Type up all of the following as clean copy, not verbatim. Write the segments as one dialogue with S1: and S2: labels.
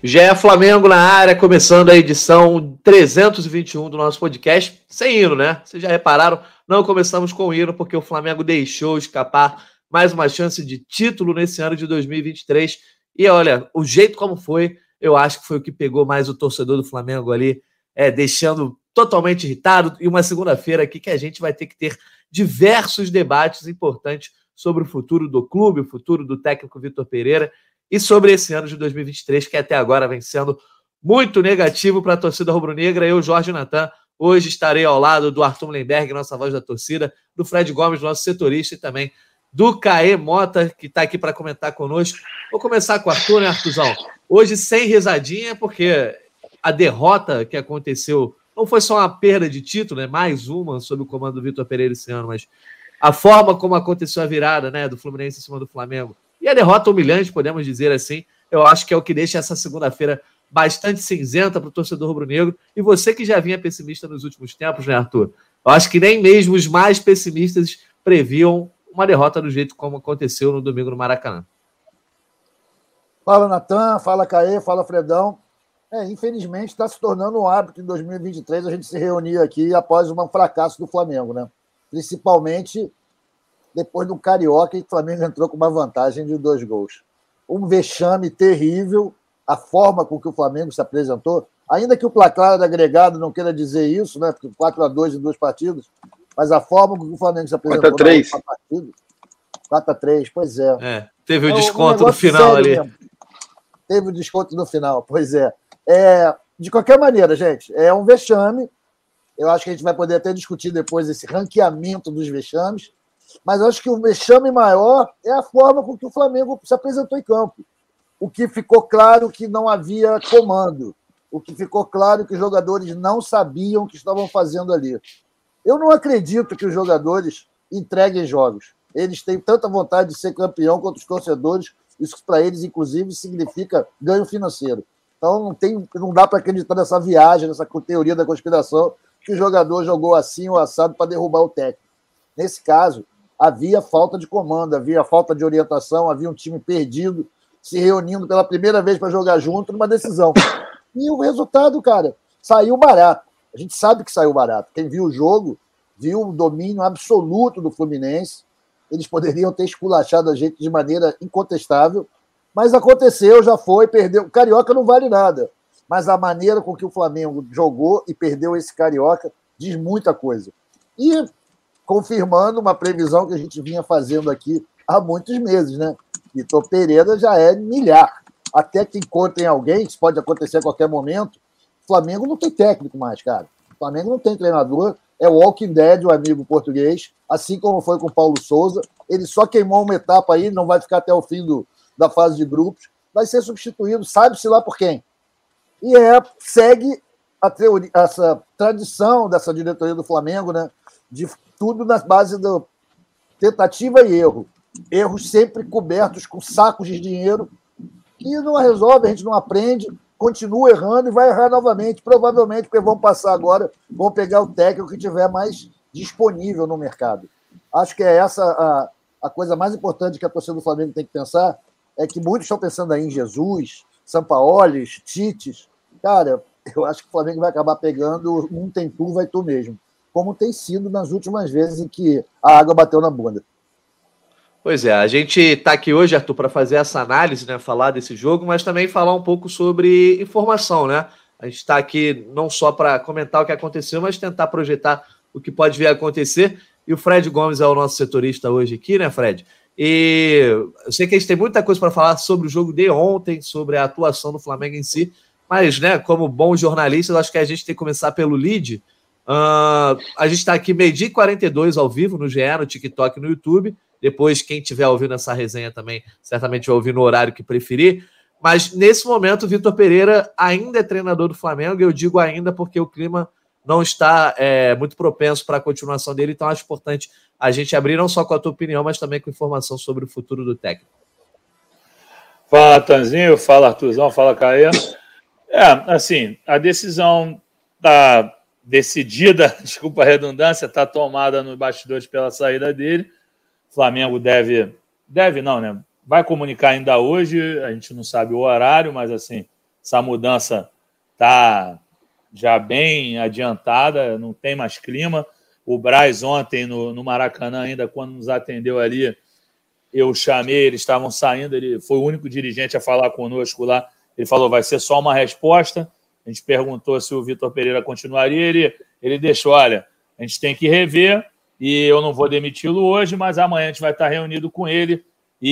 S1: GE Flamengo na área, começando a edição 321 do nosso podcast, sem hino, né? Vocês já repararam, não começamos com hino, porque o Flamengo deixou escapar mais uma chance de título nesse ano de 2023. E olha, o jeito como foi, eu acho que foi o que pegou mais o torcedor do Flamengo ali, deixando totalmente irritado. E uma segunda-feira aqui que a gente vai ter que ter diversos debates importantes sobre o futuro do clube, o futuro do técnico Vitor Pereira, e sobre esse ano de 2023, que até agora vem sendo muito negativo para a torcida rubro-negra. Eu, Jorge Natan, hoje estarei ao lado do Arthur Mullenberg, nossa voz da torcida, do Fred Gomes, nosso setorista, e também do Caê Mota, que está aqui para comentar conosco. Vou começar com o Arthur, né, Arthurzão? Hoje sem risadinha, porque a derrota que aconteceu não foi só uma perda de título, né, mais uma sob o comando do Vitor Pereira esse ano, mas a forma como aconteceu a virada, né, do Fluminense em cima do Flamengo. E a derrota humilhante, podemos dizer assim, eu acho que é o que deixa essa segunda-feira bastante cinzenta para o torcedor rubro-negro. E você que já vinha pessimista nos últimos tempos, né, Arthur? Eu acho que nem mesmo os mais pessimistas previam uma derrota do jeito como aconteceu no domingo no Maracanã.
S2: Fala, Natan, fala, Caê, fala, Fredão. Infelizmente está se tornando um hábito em 2023 a gente se reunir aqui após um fracasso do Flamengo, né? Principalmente depois do Carioca, e o Flamengo entrou com uma vantagem de 2 gols. Um vexame terrível, a forma com que o Flamengo se apresentou, ainda que o placar agregado não queira dizer isso, né? Porque 4-2 em 2 partidas, mas a forma com que o Flamengo se apresentou
S3: 4-3.
S2: na partida, 4-3, pois é.
S1: Teve o desconto no final ali. Mesmo.
S2: Teve o desconto no final, pois é. De qualquer maneira, gente, é um vexame. Eu acho que a gente vai poder até discutir depois esse ranqueamento dos vexames, mas eu acho que o vexame maior é a forma com que o Flamengo se apresentou em campo. O que ficou claro que não havia comando. O que ficou claro que os jogadores não sabiam o que estavam fazendo ali. Eu não acredito que os jogadores entreguem jogos. Eles têm tanta vontade de ser campeão quanto os torcedores. Isso para eles, inclusive, significa ganho financeiro. Então não dá para acreditar nessa viagem, nessa teoria da conspiração, que o jogador jogou assim ou assado para derrubar o técnico. Nesse caso, havia falta de comando, havia falta de orientação, havia um time perdido, se reunindo pela primeira vez para jogar junto numa decisão. E o resultado, cara, saiu barato. A gente sabe que saiu barato. Quem viu o jogo, viu o domínio absoluto do Fluminense. Eles poderiam ter esculachado a gente de maneira incontestável, mas aconteceu, já foi, perdeu. O Carioca não vale nada, mas a maneira com que o Flamengo jogou e perdeu esse Carioca diz muita coisa. E confirmando uma previsão que a gente vinha fazendo aqui há muitos meses, né? Vitor Pereira já é milhar. Até que encontrem alguém, isso pode acontecer a qualquer momento, o Flamengo não tem técnico mais, cara. O Flamengo não tem treinador, é o Walking Dead, o amigo português, assim como foi com o Paulo Souza. Ele só queimou uma etapa aí, não vai ficar até o fim da fase de grupos, vai ser substituído, sabe-se lá por quem. E segue essa tradição dessa diretoria do Flamengo, né? De tudo na base da tentativa e erro. Erros sempre cobertos com sacos de dinheiro que não resolve, a gente não aprende, continua errando e vai errar novamente, provavelmente, porque vão passar agora, vão pegar o técnico que tiver mais disponível no mercado. Acho que é essa a coisa mais importante que a torcida do Flamengo tem que pensar, é que muitos estão pensando aí em Jesus, Sampaoli, Tites. Cara, eu acho que o Flamengo vai acabar pegando um tem tu, vai tu mesmo, como tem sido nas últimas vezes em que a água bateu na bunda.
S1: Pois é, a gente está aqui hoje, Arthur, para fazer essa análise, né, falar desse jogo, mas também falar um pouco sobre informação, né? A gente está aqui não só para comentar o que aconteceu, mas tentar projetar o que pode vir a acontecer. E o Fred Gomes é o nosso setorista hoje aqui, né, Fred? E eu sei que a gente tem muita coisa para falar sobre o jogo de ontem, sobre a atuação do Flamengo em si, mas, né, como bons jornalistas, eu acho que a gente tem que começar pelo lead. A gente está aqui 12h42 ao vivo no GE, no TikTok e no YouTube. Depois, quem estiver ouvindo essa resenha também, certamente vai ouvir no horário que preferir. Mas, nesse momento, o Vitor Pereira ainda é treinador do Flamengo, e eu digo ainda porque o clima não está muito propenso para a continuação dele, então acho importante a gente abrir não só com a tua opinião, mas também com informação sobre o futuro do técnico.
S3: Fala, Tanzinho, fala, Arthurzão, fala, Caê. Assim, a decisão está decidida, desculpa a redundância, está tomada nos bastidores pela saída dele. O Flamengo deve não, né? Vai comunicar ainda hoje, a gente não sabe o horário, mas assim, essa mudança está já bem adiantada, não tem mais clima. O Braz ontem no Maracanã, ainda quando nos atendeu ali, eu chamei, eles estavam saindo, ele foi o único dirigente a falar conosco lá. Ele falou, vai ser só uma resposta. A gente perguntou se o Vitor Pereira continuaria, ele deixou, olha, a gente tem que rever e eu não vou demiti-lo hoje, mas amanhã a gente vai estar reunido com ele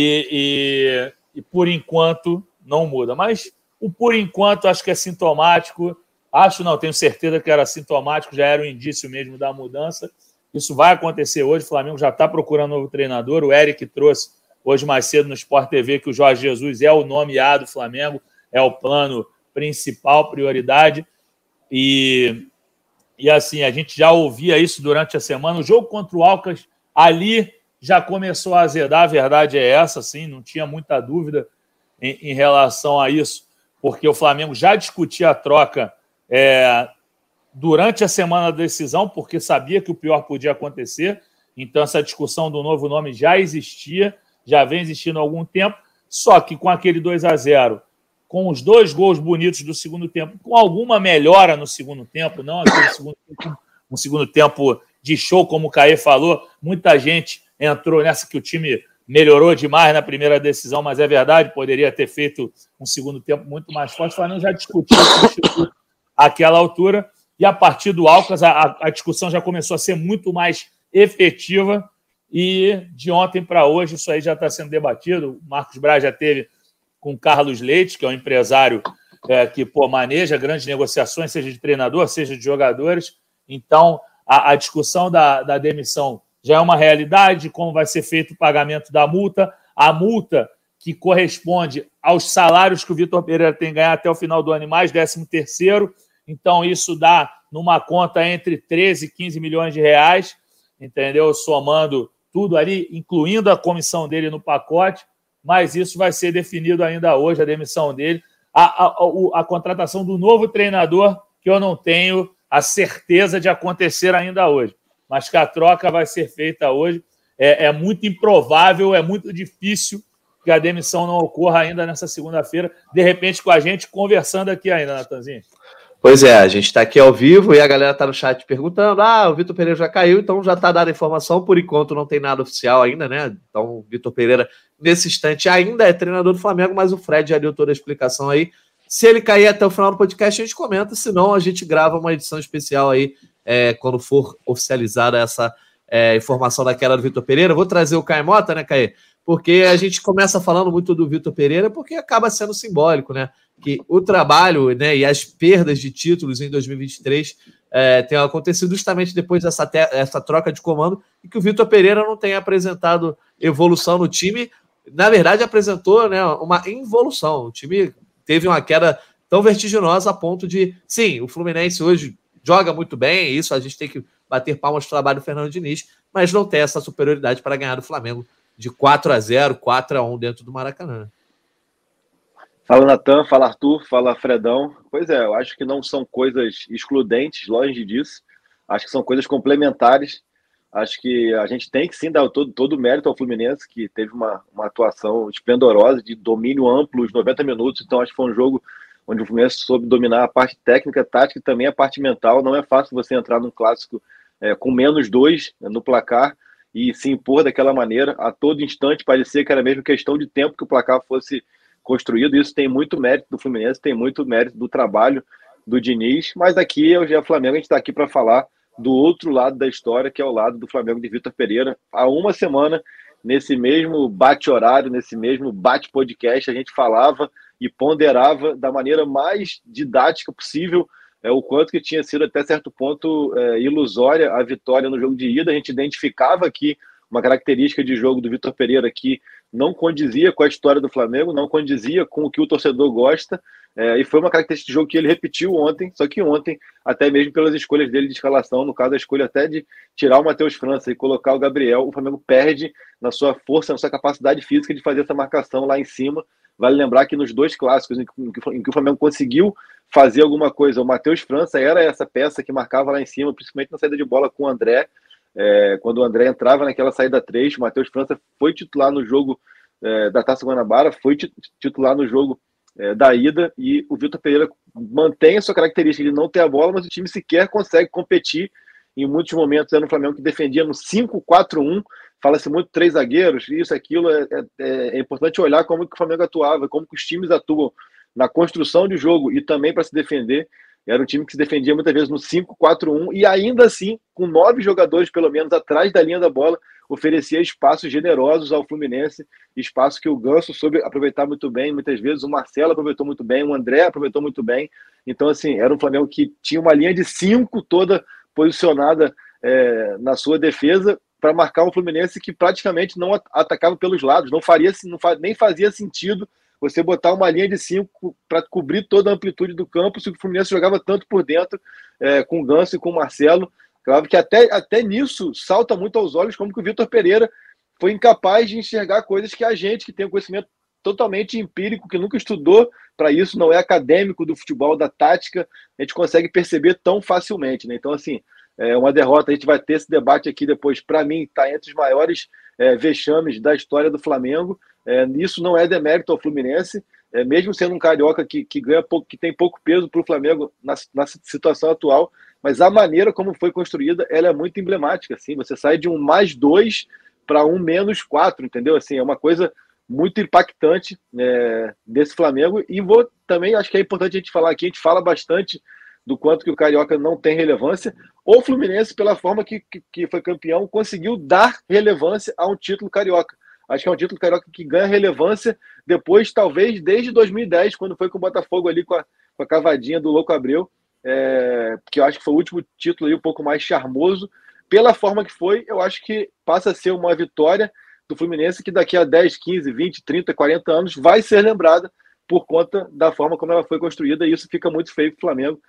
S3: e por enquanto não muda. Mas o por enquanto acho que é sintomático, tenho certeza que era sintomático, já era um indício mesmo da mudança. Isso vai acontecer hoje, o Flamengo já está procurando um novo treinador, o Eric trouxe hoje mais cedo no Sport TV que o Jorge Jesus é o nome A do Flamengo, é o plano principal, prioridade, e assim, a gente já ouvia isso durante a semana. O jogo contra o Alcas ali já começou a azedar, a verdade é essa, assim, não tinha muita dúvida em relação a isso, porque o Flamengo já discutia a troca durante a semana da decisão, porque sabia que o pior podia acontecer, então essa discussão do novo nome já existia, já vem existindo há algum tempo, só que com aquele 2-0, com os 2 gols bonitos do segundo tempo, com alguma melhora no segundo tempo, não aquele um segundo tempo de show, como o Caê falou, muita gente entrou nessa que o time melhorou demais na primeira decisão, mas é verdade, poderia ter feito um segundo tempo muito mais forte. O Flamengo já discutiu àquela altura, e a partir do Alcas a discussão já começou a ser muito mais efetiva, e de ontem para hoje isso aí já está sendo debatido. O Marcos Braz já teve com o Carlos Leite, que é um empresário que maneja grandes negociações, seja de treinador, seja de jogadores. Então, a discussão da demissão já é uma realidade, como vai ser feito o pagamento da multa, a multa que corresponde aos salários que o Vitor Pereira tem que ganhar até o final do ano e mais 13º. Então, isso dá numa conta entre 13 e 15 milhões de reais, entendeu? Somando tudo ali, incluindo a comissão dele no pacote, mas isso vai ser definido ainda hoje, a demissão dele. A contratação do novo treinador, que eu não tenho a certeza de acontecer ainda hoje, mas que a troca vai ser feita hoje. É muito improvável, é muito difícil que a demissão não ocorra ainda nessa segunda-feira, de repente com a gente conversando aqui ainda, Natanzinho.
S1: Pois é, a gente está aqui ao vivo e a galera está no chat perguntando, o Vitor Pereira já caiu, então já está dada a informação, por enquanto não tem nada oficial ainda, né? Então o Vitor Pereira, nesse instante, ainda é treinador do Flamengo, mas o Fred já deu toda a explicação aí. Se ele cair até o final do podcast, a gente comenta, senão a gente grava uma edição especial aí, quando for oficializada essa informação da queda do Vitor Pereira. Vou trazer o Caê Mota, né, Caê? Porque a gente começa falando muito do Vitor Pereira, porque acaba sendo simbólico, né? Que o trabalho, né, e as perdas de títulos em 2023 têm acontecido justamente depois dessa troca de comando, e que o Vitor Pereira não tem apresentado evolução no time. Na verdade, apresentou, né, uma involução. O time teve uma queda tão vertiginosa a ponto de... Sim, o Fluminense hoje joga muito bem, isso a gente tem que bater palmas do trabalho do Fernando Diniz, mas não tem essa superioridade para ganhar do Flamengo de 4-0, 4-1 dentro do Maracanã.
S4: Fala, Natan, fala, Arthur, fala, Fredão. Pois é, eu acho que não são coisas excludentes, longe disso. Acho que são coisas complementares. Acho que a gente tem que sim dar todo o mérito ao Fluminense, que teve uma atuação esplendorosa, de domínio amplo, os 90 minutos. Então, acho que foi um jogo onde o Fluminense soube dominar a parte técnica, tática e também a parte mental. Não é fácil você entrar num clássico com -2 no placar e se impor daquela maneira. A todo instante parecia que era mesmo questão de tempo que o placar fosse construído. Isso tem muito mérito do Fluminense, tem muito mérito do trabalho do Diniz, mas aqui é o Flamengo, a gente está aqui para falar do outro lado da história, que é o lado do Flamengo de Vitor Pereira. Há uma semana, nesse mesmo bate-horário, nesse mesmo bate-podcast, a gente falava e ponderava da maneira mais didática possível o quanto que tinha sido até certo ponto ilusória a vitória no jogo de ida. A gente identificava aqui uma característica de jogo do Vitor Pereira que não condizia com a história do Flamengo, não condizia com o que o torcedor gosta, e foi uma característica de jogo que ele repetiu ontem, só que ontem, até mesmo pelas escolhas dele de escalação, no caso a escolha até de tirar o Matheus França e colocar o Gabriel, o Flamengo perde na sua força, na sua capacidade física de fazer essa marcação lá em cima. Vale lembrar que nos 2 clássicos em que o Flamengo conseguiu fazer alguma coisa, o Matheus França era essa peça que marcava lá em cima, principalmente na saída de bola com o André. Quando o André entrava naquela saída 3, o Matheus França foi titular no jogo da Taça Guanabara, foi titular no jogo da ida, e o Vitor Pereira mantém a sua característica de não ter a bola, mas o time sequer consegue competir. Em muitos momentos era um Flamengo que defendia no 5-4-1, fala-se muito 3 zagueiros, isso, aquilo, é importante olhar como que o Flamengo atuava, como que os times atuam na construção de jogo e também para se defender. Era um time que se defendia muitas vezes no 5-4-1 e ainda assim, com 9 jogadores pelo menos atrás da linha da bola, oferecia espaços generosos ao Fluminense, espaço que o Ganso soube aproveitar muito bem, muitas vezes o Marcelo aproveitou muito bem, o André aproveitou muito bem. Então, assim, era um Flamengo que tinha uma linha de 5 toda posicionada na sua defesa para marcar um Fluminense que praticamente não atacava pelos lados, nem fazia sentido você botar uma linha de 5 para cobrir toda a amplitude do campo se o Fluminense jogava tanto por dentro, com o Ganso e com o Marcelo. Claro que até nisso salta muito aos olhos como que o Vitor Pereira foi incapaz de enxergar coisas que a gente, que tem um conhecimento totalmente empírico, que nunca estudou para isso, não é acadêmico do futebol, da tática, a gente consegue perceber tão facilmente, né? Então, assim, uma derrota, a gente vai ter esse debate aqui depois, para mim, está entre os maiores vexames da história do Flamengo. Isso não é demérito ao Fluminense, mesmo sendo um carioca que ganha pouco, que tem pouco peso para o Flamengo na situação atual, mas a maneira como foi construída, ela é muito emblemática, assim, você sai de um +2 para um -4, entendeu? Assim, é uma coisa muito impactante desse Flamengo, e também, acho que é importante a gente falar aqui, a gente fala bastante do quanto que o carioca não tem relevância. O Fluminense, pela forma que foi campeão, conseguiu dar relevância a um título carioca. Acho que é um título carioca que ganha relevância depois, talvez, desde 2010, quando foi com o Botafogo ali com a cavadinha do Louco Abreu, que eu acho que foi o último título aí um pouco mais charmoso. Pela forma que foi, eu acho que passa a ser uma vitória do Fluminense que daqui a 10, 15, 20, 30, 40 anos vai ser lembrada por conta da forma como ela foi construída, e isso fica muito feio para o Flamengo.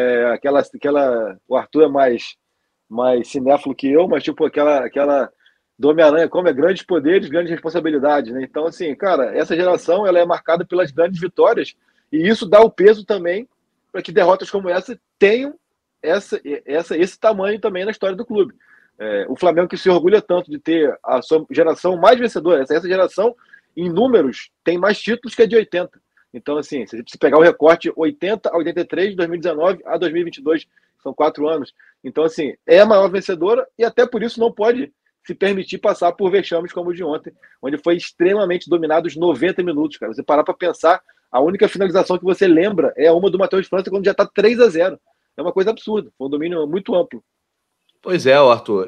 S4: O Arthur é mais cinéfilo que eu, mas tipo aquela do Homem-Aranha, como é grandes poderes, grandes responsabilidades, né? Então, assim, cara, essa geração ela é marcada pelas grandes vitórias, e isso dá o peso também para que derrotas como essa tenham esse tamanho também na história do clube. O Flamengo, que se orgulha tanto de ter a sua geração mais vencedora, essa geração, em números, tem mais títulos que a de 80. Então, assim, se você pegar o recorte 80 a 83, 2019 a 2022, são 4 anos. Então, assim, é a maior vencedora e até por isso não pode se permitir passar por vexames como o de ontem, onde foi extremamente dominado os 90 minutos, cara. Você parar para pensar, a única finalização que você lembra é uma do Matheus França quando já está 3-0. É uma coisa absurda, foi um domínio muito amplo.
S1: Pois é, Arthur.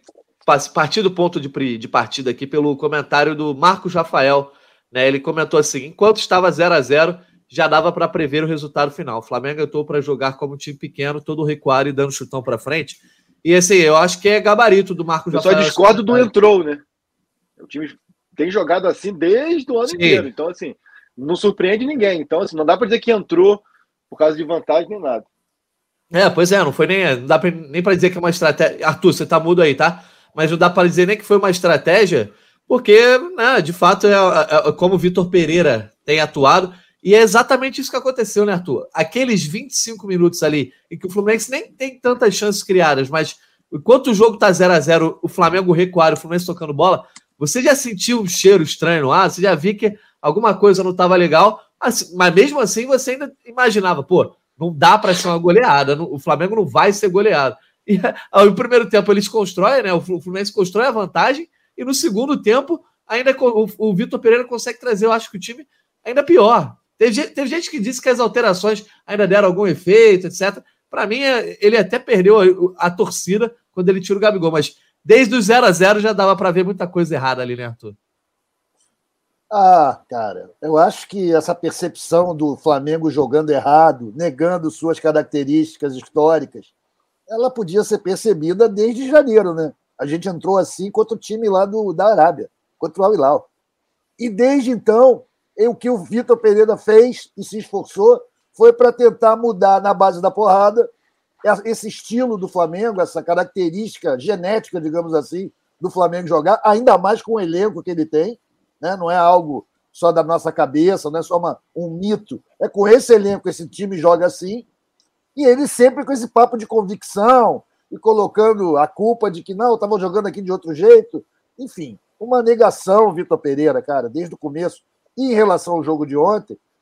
S1: Partir do ponto de partida aqui pelo comentário do Marcos Rafael, né? Ele comentou assim: enquanto estava 0-0, já dava para prever o resultado final. O Flamengo entrou para jogar como um time pequeno, todo recuado e dando chutão para frente. E assim, eu acho que é gabarito do Marcos Rafael.
S4: Eu só discordo do entrou, né? O time tem jogado assim desde o ano inteiro. Então, assim, não surpreende ninguém. Então, assim, não dá para dizer que entrou por causa de vantagem nem nada.
S1: Pois é, não foi não dá nem para dizer que é uma estratégia. Arthur, você tá mudo aí, tá? Mas não dá para dizer nem que foi uma estratégia, porque, né, de fato, é como o Vitor Pereira tem atuado, e é exatamente isso que aconteceu, né, Arthur? Aqueles 25 minutos ali, em que o Fluminense nem tem tantas chances criadas, mas enquanto o jogo tá 0-0, o Flamengo recuar, o Fluminense tocando bola, você já sentiu um cheiro estranho no ar, você já viu que alguma coisa não estava legal, mas mesmo assim você ainda imaginava, pô, não dá para ser uma goleada, o Flamengo não vai ser goleado. E no primeiro tempo eles constroem, né? O Fluminense constrói a vantagem, e no segundo tempo ainda o Vitor Pereira consegue trazer, eu acho que o time ainda pior. Teve gente que disse que as alterações ainda deram algum efeito, etc. Para mim, ele até perdeu a torcida quando ele tira o Gabigol, mas desde o 0-0 já dava para ver muita coisa errada ali, né, Arthur?
S2: Cara, eu acho que essa percepção do Flamengo jogando errado, negando suas características históricas, ela podia ser percebida desde janeiro, né? A gente entrou assim contra o time lá da Arábia, contra o Al Hilal. E desde então, o que o Vitor Pereira fez e se esforçou foi para tentar mudar na base da porrada esse estilo do Flamengo, essa característica genética, digamos assim, do Flamengo jogar, ainda mais com o elenco que ele tem, né? Não é algo só da nossa cabeça, não é só um mito. É com esse elenco, esse time joga assim, e ele sempre com esse papo de convicção e colocando a culpa de que não, estavam jogando aqui de outro jeito. Enfim, uma negação, Vitor Pereira, cara, desde o começo. E em relação ao jogo de ontem,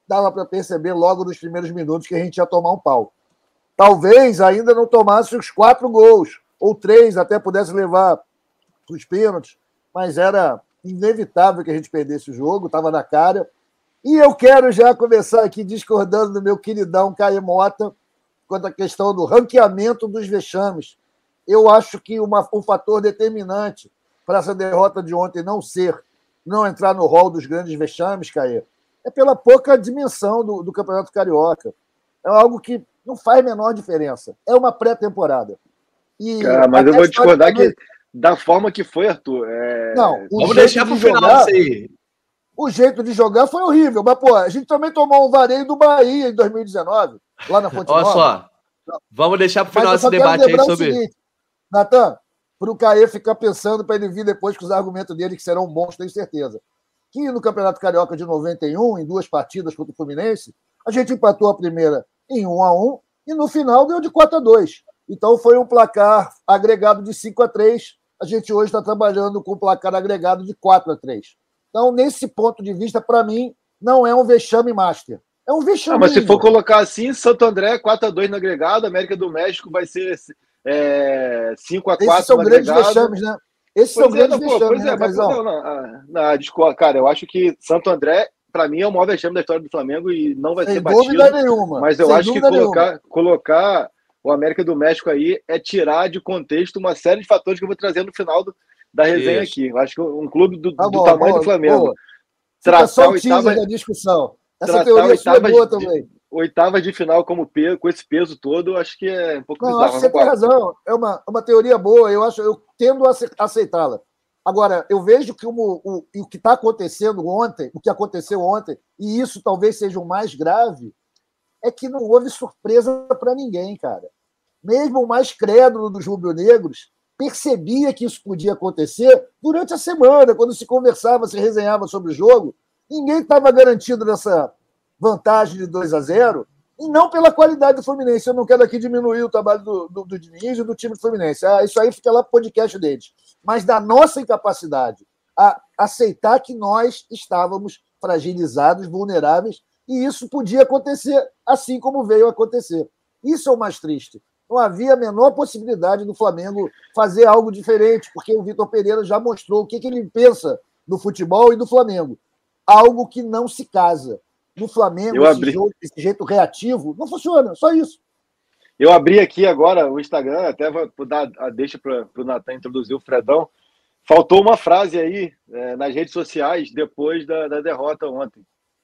S2: dava para perceber logo nos primeiros minutos que a gente ia tomar um pau. Talvez ainda não tomasse os 4 gols, ou 3, até pudesse levar os pênaltis, mas era inevitável que a gente perdesse o jogo, estava na cara. E eu quero já começar aqui discordando do meu queridão Caio Mota quanto à questão do ranqueamento dos vexames. Eu acho que um fator determinante para essa derrota de ontem não entrar no rol dos grandes vexames, Caio, é pela pouca dimensão do Campeonato Carioca. É algo que não faz a menor diferença. É uma pré-temporada.
S4: Mas eu vou discordar que da forma que foi, Arthur.
S2: Não,
S1: vamos deixar para o final isso aí.
S2: O jeito de jogar foi horrível. Mas, pô, a gente também tomou um vareio do Bahia em 2019, lá na Fonte Nova.
S1: Olha só, vamos deixar para o final esse debate aí sobre...
S2: Natan, para o Caê ficar pensando, para ele vir depois com os argumentos dele, que serão bons, tenho certeza. Que no Campeonato Carioca de 91, em 2 partidas contra o Fluminense, a gente empatou a primeira em 1-1 e no final deu de 4-2. Então foi um placar agregado de 5-3. A gente hoje está trabalhando com um placar agregado de 4-3. Então, nesse ponto de vista, para mim, não é um vexame master. É um vexame.
S4: Mas se for colocar assim, Santo André 4-2 no agregado, América do México vai ser 5-4
S2: Esses são grandes vexames, né? Esses são grandes vexames, né, Paizão?
S4: Não, desculpa, cara, eu acho que Santo André, para mim, é o maior vexame da história do Flamengo e não vai ser batido. Sem dúvida nenhuma. Mas eu acho que colocar o América do México aí é tirar de contexto uma série de fatores que eu vou trazer no final da resenha aqui. Eu acho que um clube do tamanho do Flamengo...
S2: Fica só o teaser da discussão. Essa teoria sua é boa também.
S4: Oitavas de final com esse peso todo, eu acho que é um pouco bizarro.
S2: Acho que você tem razão. É uma teoria boa. Eu tendo a aceitá-la. Agora, eu vejo que o que está acontecendo ontem, o que aconteceu ontem, e isso talvez seja o mais grave, é que não houve surpresa para ninguém, cara. Mesmo o mais crédulo dos rubro-negros percebia que isso podia acontecer durante a semana, quando se conversava, se resenhava sobre o jogo. Ninguém estava garantido nessa vantagem de 2-0, e não pela qualidade do Fluminense. Eu não quero aqui diminuir o trabalho do Diniz e do time do Fluminense. Isso aí fica lá para o podcast deles. Mas da nossa incapacidade a aceitar que nós estávamos fragilizados, vulneráveis, e isso podia acontecer assim como veio a acontecer. Isso é o mais triste. Não havia a menor possibilidade do Flamengo fazer algo diferente, porque o Vitor Pereira já mostrou o que ele pensa do futebol e do Flamengo. Algo que não se casa. No Flamengo, esse jeito reativo, não funciona, só isso.
S4: Eu abri aqui agora o Instagram, até vou dar a deixa para o Natan introduzir o Fredão. Faltou uma frase aí nas redes sociais depois da derrota ontem.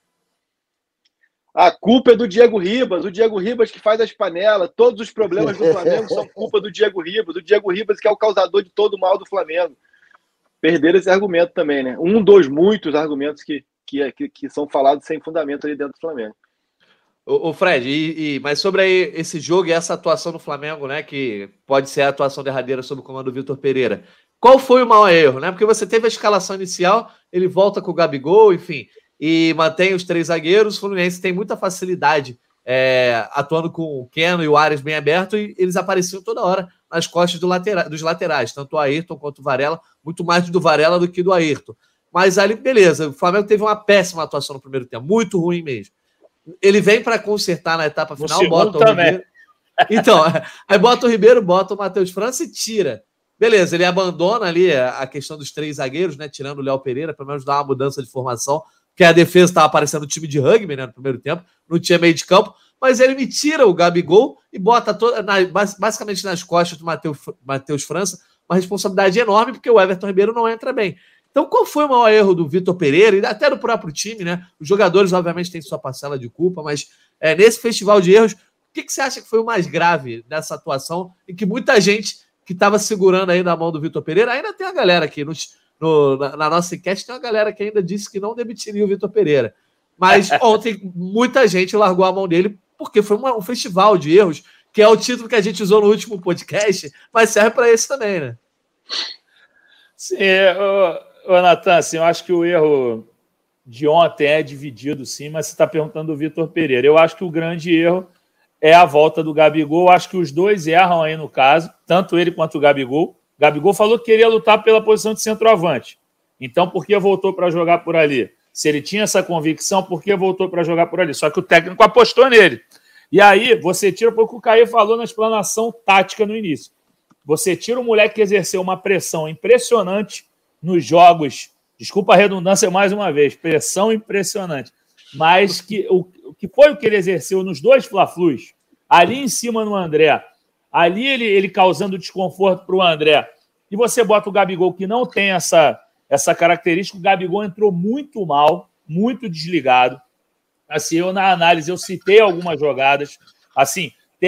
S4: A culpa é do Diego Ribas, o Diego Ribas que faz as panelas, todos os problemas do Flamengo são culpa do Diego Ribas, o Diego Ribas que é o causador de todo o mal do Flamengo. Perderam esse argumento também, né? Um dos muitos argumentos que são falados sem fundamento ali dentro do Flamengo.
S1: O Fred, mas sobre aí esse jogo e essa atuação do Flamengo, né, que pode ser a atuação derradeira sob o comando do Vitor Pereira, qual foi o maior erro, né? Porque você teve a escalação inicial, ele volta com o Gabigol, enfim, e mantém os 3 zagueiros. O Fluminense tem muita facilidade atuando com o Keno e o Ares bem aberto, e eles apareciam toda hora nas costas dos laterais, tanto o Ayrton quanto o Varela, muito mais do Varela do que do Ayrton. Mas ali, beleza, o Flamengo teve uma péssima atuação no primeiro tempo, muito ruim mesmo. Ele vem para consertar na etapa final, bota o Ribeiro. Então, aí bota o Ribeiro, bota o Matheus França e tira. Beleza, ele abandona ali a questão dos 3 zagueiros, né? Tirando o Léo Pereira, pelo menos dá uma mudança de formação, porque a defesa estava parecendo um time de rugby, né? No primeiro tempo, não tinha meio de campo, mas ele me tira o Gabigol e bota basicamente nas costas do Matheus França uma responsabilidade enorme, porque o Everton Ribeiro não entra bem. Então, qual foi o maior erro do Vitor Pereira e até do próprio time, né? Os jogadores, obviamente, têm sua parcela de culpa, mas nesse festival de erros, o que você acha que foi o mais grave dessa atuação e que muita gente que estava segurando aí na mão do Vitor Pereira, ainda tem a galera aqui na nossa enquete, tem uma galera que ainda disse que não demitiria o Vitor Pereira. Mas ontem muita gente largou a mão dele porque foi um festival de erros, que é o título que a gente usou no último podcast, mas serve para esse também, né?
S3: Sim, Natan, assim, eu acho que o erro de ontem é dividido, sim, mas você está perguntando do Vitor Pereira. Eu acho que o grande erro é a volta do Gabigol. Eu acho que os dois erram aí no caso, tanto ele quanto o Gabigol. O Gabigol falou que queria lutar pela posição de centroavante. Então, por que voltou para jogar por ali? Se ele tinha essa convicção, por que voltou para jogar por ali? Só que o técnico apostou nele. E aí, você tira um pouco o que o Caio falou na explanação tática no início. Você tira um moleque que exerceu uma pressão impressionante nos jogos. Desculpa a redundância mais uma vez. Pressão impressionante. Mas o que foi o que ele exerceu nos dois Fla-Flus, ali em cima no André, ali ele causando desconforto para o André, e você bota o Gabigol, que não tem essa característica, o Gabigol entrou muito mal, muito desligado. Assim, na análise, eu citei algumas jogadas. Assim, tem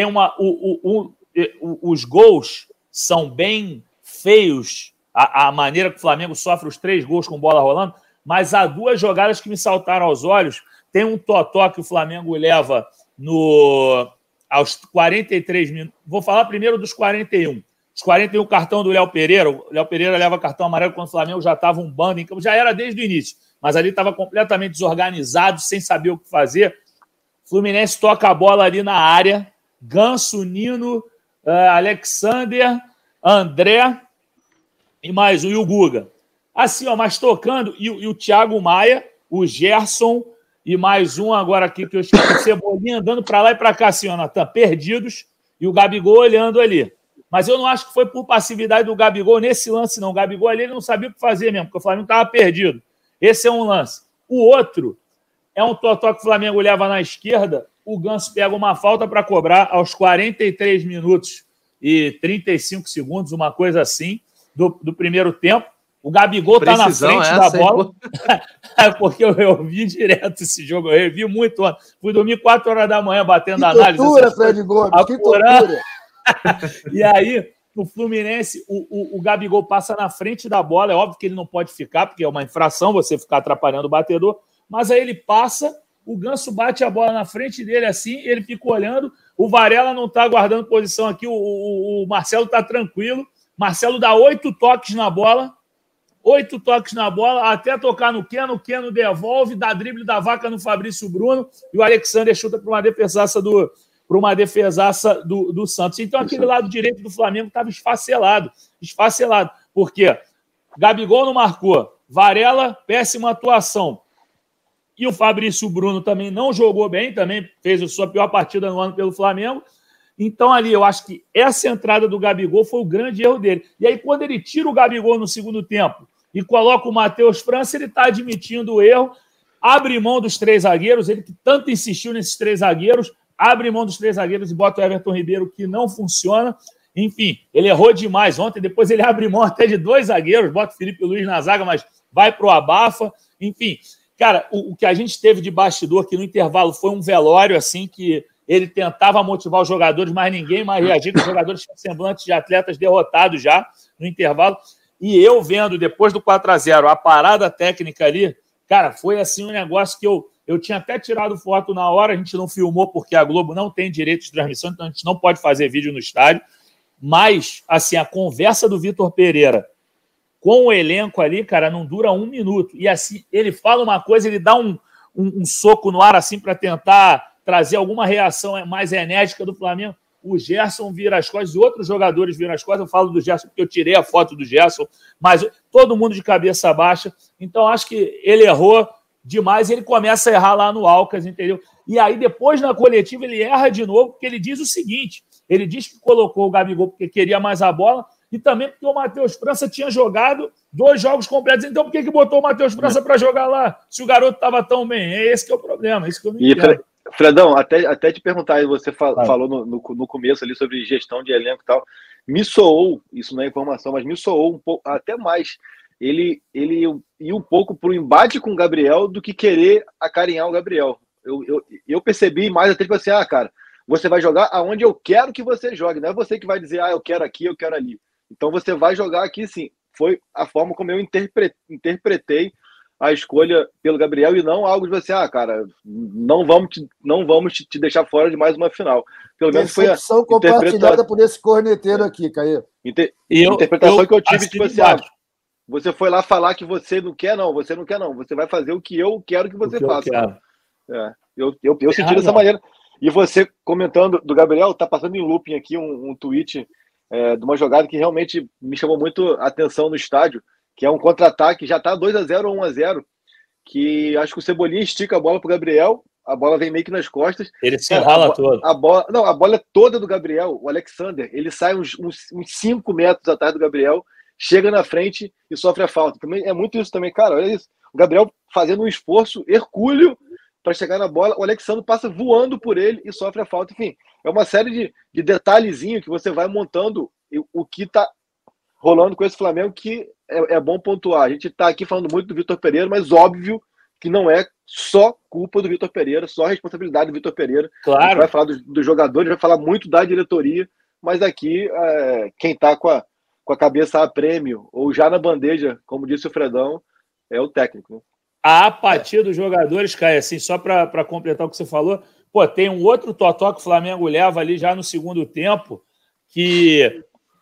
S3: os gols são bem feios, a maneira que o Flamengo sofre os 3 gols com bola rolando, mas há 2 jogadas que me saltaram aos olhos. Tem um totó que o Flamengo leva aos 43 minutos. Vou falar primeiro dos 41. Os 41, cartão do Léo Pereira. O Léo Pereira leva cartão amarelo quando o Flamengo já estava um bando em campo. Já era desde o início, mas ali estava completamente desorganizado, sem saber o que fazer. Fluminense toca a bola ali na área. Ganso, Nino, Alexander, André e mais um, e o Guga. Assim, ó, mas tocando, e o Thiago Maia, o Gerson e mais um agora aqui que eu esqueci, o Cebolinha andando para lá e para cá, assim, ó, Natan, perdidos, e o Gabigol olhando ali. Mas eu não acho que foi por passividade do Gabigol nesse lance, não. O Gabigol ali ele não sabia o que fazer mesmo, porque o Flamengo estava perdido. Esse é um lance. O outro é um totó que o Flamengo leva na esquerda, o Ganso pega uma falta para cobrar aos 43 minutos e 35 segundos, uma coisa assim, do primeiro tempo. O Gabigol está na frente da bola, porque eu vi direto esse jogo, eu revi muito ontem. Fui dormir 4 horas da manhã batendo
S2: que
S3: análise.
S2: Tortura, Fred Gomes, que tortura.
S3: E aí, no Fluminense, o Gabigol passa na frente da bola, é óbvio que ele não pode ficar, porque é uma infração você ficar atrapalhando o batedor, mas aí ele passa, o Ganso bate a bola na frente dele assim, ele fica olhando, o Varela não está guardando posição aqui, o Marcelo está tranquilo, Marcelo dá 8 toques na bola, 8 toques na bola, até tocar no Keno, o Keno devolve, dá drible da vaca no Fabrício Bruno, e o Alexander chuta para uma defesaça do Santos. Então, aquele lado direito do Flamengo estava esfacelado. Por quê? Gabigol não marcou, Varela, péssima atuação. E o Fabrício Bruno também não jogou bem, também fez a sua pior partida no ano pelo Flamengo. Então, ali, eu acho que essa entrada do Gabigol foi o grande erro dele. E aí, quando ele tira o Gabigol no segundo tempo e coloca o Matheus França, ele está admitindo o erro, abre mão dos 3 zagueiros, ele que tanto insistiu nesses 3 zagueiros, abre mão dos 3 zagueiros e bota o Everton Ribeiro, que não funciona. Enfim, ele errou demais ontem, depois ele abre mão até de 2 zagueiros, bota o Felipe Luiz na zaga, mas vai pro abafa. Enfim, cara, o que a gente teve de bastidor aqui no intervalo foi um velório, assim, que ele tentava motivar os jogadores, mas ninguém mais reagia, os jogadores tinham semblantes de atletas derrotados já no intervalo. E eu vendo, depois do 4-0, a parada técnica ali, cara, foi assim um negócio que eu tinha até tirado foto na hora, a gente não filmou porque a Globo não tem direito de transmissão, então a gente não pode fazer vídeo no estádio. Mas, assim, a conversa do Vitor Pereira com o elenco ali, cara, não dura 1 minuto. E assim, ele fala uma coisa, ele dá um soco no ar, assim, para tentar trazer alguma reação mais enérgica do Flamengo. O Gerson vira as costas, e outros jogadores viram as costas. Eu falo do Gerson porque eu tirei a foto do Gerson, mas todo mundo de cabeça baixa. Então, acho que ele errou demais, ele começa a errar lá no Alcas, entendeu? E aí, depois, na coletiva, ele erra de novo, porque ele diz o seguinte, ele diz que colocou o Gabigol porque queria mais a bola, e também porque o Matheus França tinha jogado 2 jogos completos. Então, por que botou o Matheus França para jogar lá, se o garoto estava tão bem? É esse que é o problema, é isso que eu não entendo.
S4: Fredão, até te perguntar, você falou no começo ali sobre gestão de elenco e tal, me soou, isso não é informação, mas me soou um pouco, até mais, ele ia um pouco para o embate com o Gabriel do que querer acarinhar o Gabriel. Eu percebi mais até tipo assim, cara, você vai jogar aonde eu quero que você jogue, não é você que vai dizer, eu quero aqui, eu quero ali. Então você vai jogar aqui sim. Foi a forma como eu interpretei a escolha pelo Gabriel e não algo de você, cara, não vamos te deixar fora de mais uma final. Pelo menos foi a
S2: interpretação compartilhada por esse corneteiro aqui, Caio.
S4: Interpretação que eu tive, tipo assim, você foi lá falar que você não quer, você vai fazer o que eu quero que você faça. Eu senti dessa maneira. E você comentando do Gabriel, tá passando em looping aqui um tweet de uma jogada que realmente me chamou muito a atenção no estádio, que é um contra-ataque, já tá 2-0 ou 1-0, que acho que o Cebolinha estica a bola pro Gabriel, a bola vem meio que nas costas.
S3: Ele se enrola todo.
S4: A bola é toda do Gabriel. O Alexander, ele sai uns 5 metros atrás do Gabriel, chega na frente e sofre a falta. Também é muito isso também, cara. Olha isso. O Gabriel fazendo um esforço hercúleo para chegar na bola, o Alexandre passa voando por ele e sofre a falta. Enfim, é uma série de detalhezinhos que você vai montando o que está rolando com esse Flamengo, que é bom pontuar. A gente está aqui falando muito do Vitor Pereira, mas óbvio que não é só culpa do Vitor Pereira, só responsabilidade do Vitor Pereira.
S3: Claro.
S4: A gente vai falar dos jogadores, vai falar muito da diretoria, mas aqui quem está com a cabeça a prêmio, ou já na bandeja, como disse o Fredão, é o técnico. Né?
S3: A apatia dos jogadores, Caio, assim, só para completar o que você falou, pô, tem um outro totó que o Flamengo leva ali já no segundo tempo, que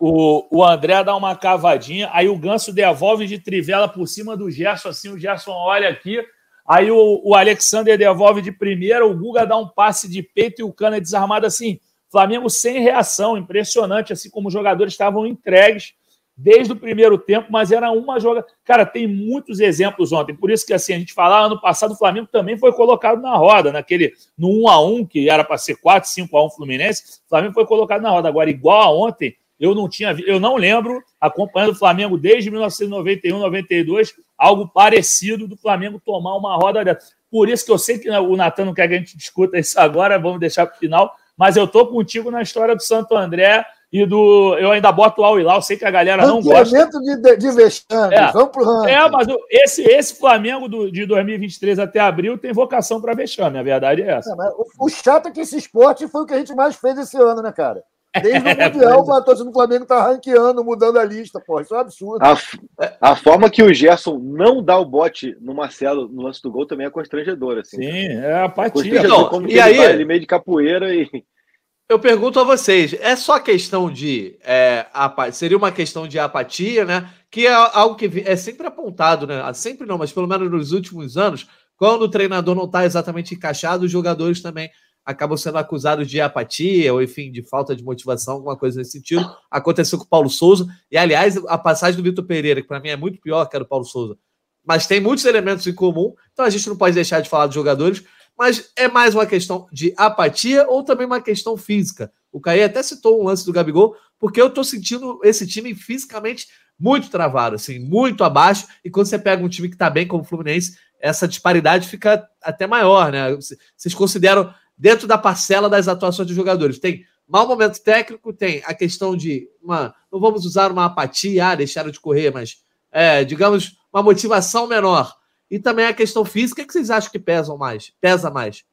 S3: o André dá uma cavadinha, aí o Ganso devolve de trivela por cima do Gerson, assim, o Gerson olha aqui, aí o Alexander devolve de primeira, o Guga dá um passe de peito e o Cano é desarmado, assim, Flamengo sem reação, impressionante, assim como os jogadores estavam entregues desde o primeiro tempo, mas era uma jogada... Cara, tem muitos exemplos ontem, por isso que assim, a gente fala, ano passado o Flamengo também foi colocado na roda, no 1-1, que era para ser 4, 5-1 Fluminense, o Flamengo foi colocado na roda. Agora, igual a ontem, eu não lembro, acompanhando o Flamengo desde 1991, 92, algo parecido do Flamengo tomar uma roda dessa. Por isso que eu sei que o Natan não quer que a gente discuta isso agora, vamos deixar para o final, mas eu tô contigo na história do Santo André e eu ainda boto o Al-Hilal, sei que a galera não gosta.
S2: De vexame, vamos pro ranking.
S3: Mas esse Flamengo de 2023 até abril tem vocação para vexame, a verdade é essa.
S2: O chato é que esse esporte foi o que a gente mais fez esse ano, né, cara? Desde o Mundial, a torcida do Flamengo tá ranqueando, mudando a lista, pô. Isso é um absurdo.
S4: A forma que o Gerson não dá o bote no Marcelo no lance do gol também é constrangedora. Assim,
S3: sim, é apatia.
S4: Então, e aí, ele meio de capoeira e...
S1: Eu pergunto a vocês, é só questão de... seria uma questão de apatia, né? Que é algo que é sempre apontado, né? Sempre não, mas pelo menos nos últimos anos, quando o treinador não está exatamente encaixado, os jogadores também acabam sendo acusados de apatia, ou enfim, de falta de motivação, alguma coisa nesse sentido. Aconteceu com o Paulo Souza, e aliás, a passagem do Vitor Pereira, que para mim é muito pior que a do Paulo Souza, mas tem muitos elementos em comum, então a gente não pode deixar de falar dos jogadores, mas é mais uma questão de apatia ou também uma questão física. O Caí até citou um lance do Gabigol, porque eu tô sentindo esse time fisicamente muito travado, assim, muito abaixo, e quando você pega um time que tá bem como o Fluminense, essa disparidade fica até maior, né? Vocês consideram dentro da parcela das atuações dos jogadores? Tem mau momento técnico, tem a questão de não vamos usar uma apatia, deixaram de correr, mas digamos, uma motivação menor. E também a questão física, que vocês acham que pesa mais?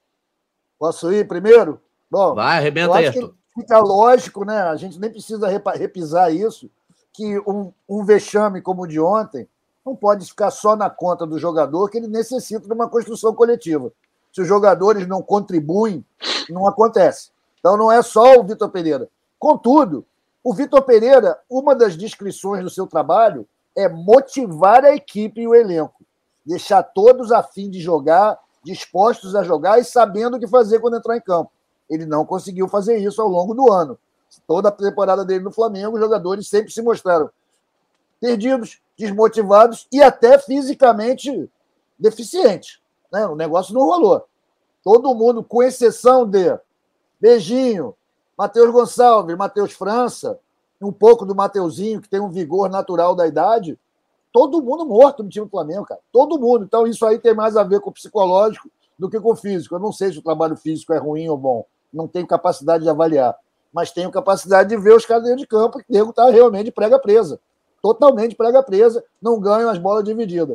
S2: Posso ir primeiro? Bom,
S1: vai, arrebenta aí, Arthur.
S2: Fica lógico, né? A gente nem precisa repisar isso, que um vexame como o de ontem não pode ficar só na conta do jogador, que ele necessita de uma construção coletiva. Se os jogadores não contribuem, não acontece. Então não é só o Vitor Pereira. Contudo, o Vitor Pereira, uma das descrições do seu trabalho é motivar a equipe e o elenco. Deixar todos a fim de jogar, dispostos a jogar e sabendo o que fazer quando entrar em campo. Ele não conseguiu fazer isso ao longo do ano. Toda a temporada dele no Flamengo, os jogadores sempre se mostraram perdidos, desmotivados e até fisicamente deficientes. Né? O negócio não rolou. Todo mundo, com exceção de Beijinho, Matheus Gonçalves, Matheus França, um pouco do Mateuzinho, que tem um vigor natural da idade, todo mundo morto no time do Flamengo, cara. Todo mundo. Então, isso aí tem mais a ver com o psicológico do que com o físico. Eu não sei se o trabalho físico é ruim ou bom. Não tenho capacidade de avaliar. Mas tenho capacidade de ver os caras dentro de campo que o nego está realmente de prega presa. Totalmente prega presa. Não ganham as bolas divididas.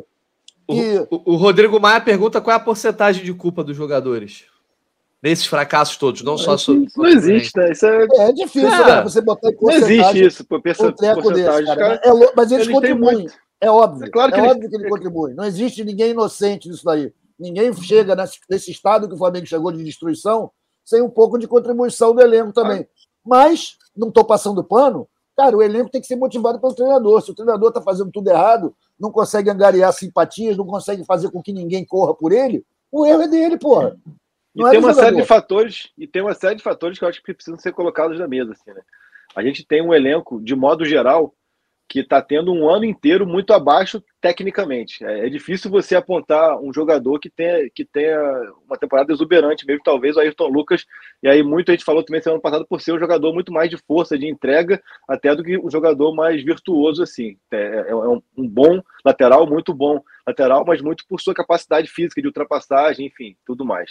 S1: O Rodrigo Maia pergunta qual é a porcentagem de culpa dos jogadores nesses fracassos todos, não só sobre...
S4: Isso não existe, né? Isso
S2: é difícil, né? Você botar em porcentagem.
S4: Não existe isso, porcentagem.
S2: Desse, cara. Mas eles contribuem. É óbvio. É claro que óbvio que ele contribui. Não existe ninguém inocente nisso daí. Ninguém chega nesse estado que o Flamengo chegou de destruição sem um pouco de contribuição do elenco também. Mas, não estou passando pano, cara, o elenco tem que ser motivado pelo treinador. Se o treinador está fazendo tudo errado, não consegue angariar simpatias, não consegue fazer com que ninguém corra por ele, o erro é dele, porra.
S4: E tem uma série de fatores, que eu acho que precisam ser colocados na mesa. Assim, né? A gente tem um elenco, de modo geral, que está tendo um ano inteiro muito abaixo tecnicamente. É difícil você apontar um jogador que tenha uma temporada exuberante, mesmo talvez o Ayrton Lucas, e aí muito a gente falou também semana passada por ser um jogador muito mais de força, de entrega, até do que um jogador mais virtuoso assim. É um bom lateral, muito bom lateral, mas muito por sua capacidade física de ultrapassagem, enfim, tudo mais.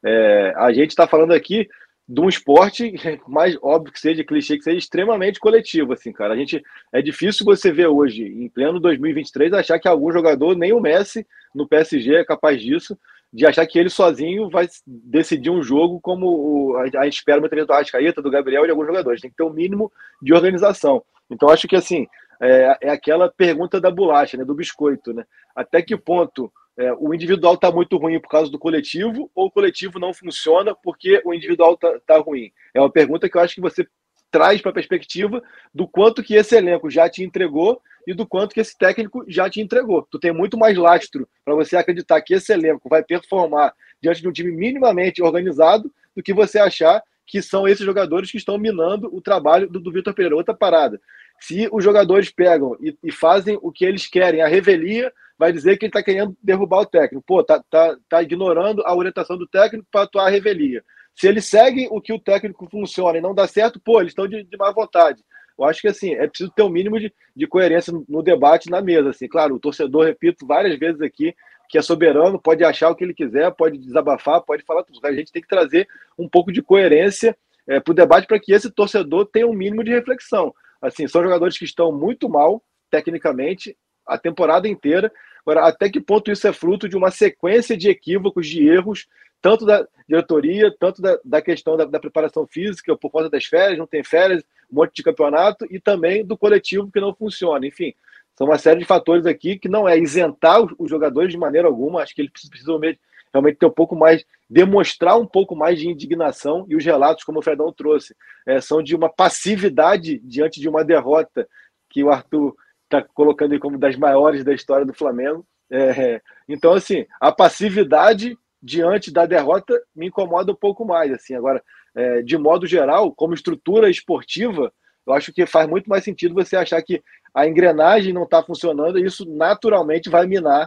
S4: A gente está falando aqui de um esporte, mais óbvio que seja, clichê que seja, extremamente coletivo, assim, cara. É difícil você ver hoje, em pleno 2023, achar que algum jogador, nem o Messi no PSG é capaz disso, de achar que ele sozinho vai decidir um jogo como a gente espera muitas vezes do Arrascaeta, do Gabriel e de alguns jogadores. Tem que ter um mínimo de organização. Então, acho que, assim, é aquela pergunta da bolacha, né, do biscoito, né? Até que ponto o individual está muito ruim por causa do coletivo, ou o coletivo não funciona porque o individual tá ruim? É uma pergunta que eu acho que você traz para a perspectiva do quanto que esse elenco já te entregou e do quanto que esse técnico já te entregou. Tu tem muito mais lastro para você acreditar que esse elenco vai performar diante de um time minimamente organizado do que você achar que são esses jogadores que estão minando o trabalho do Vitor Pereira. Outra parada. Se os jogadores pegam e fazem o que eles querem, a revelia vai dizer que ele está querendo derrubar o técnico. Pô, tá ignorando a orientação do técnico para atuar a revelia. Se eles seguem o que o técnico funciona e não dá certo, pô, eles estão de má vontade. Eu acho que, assim, é preciso ter um mínimo de coerência no debate, na mesa. Assim. Claro, o torcedor, repito várias vezes aqui, que é soberano, pode achar o que ele quiser, pode desabafar, pode falar tudo. A gente tem que trazer um pouco de coerência para o debate para que esse torcedor tenha um mínimo de reflexão. Assim, são jogadores que estão muito mal, tecnicamente, a temporada inteira. Agora, até que ponto isso é fruto de uma sequência de equívocos, de erros, tanto da diretoria, tanto da questão da preparação física, por conta das férias, não tem férias, um monte de campeonato, e também do coletivo que não funciona. Enfim, são uma série de fatores aqui que não é isentar os jogadores de maneira alguma. Acho que eles precisam realmente ter um pouco mais, demonstrar um pouco mais de indignação, e os relatos, como o Fredão trouxe, são de uma passividade diante de uma derrota que o Arthur está colocando aí como das maiores da história do Flamengo. Então, assim, a passividade diante da derrota me incomoda um pouco mais. Assim. Agora, de modo geral, como estrutura esportiva, eu acho que faz muito mais sentido você achar que a engrenagem não está funcionando e isso naturalmente vai minar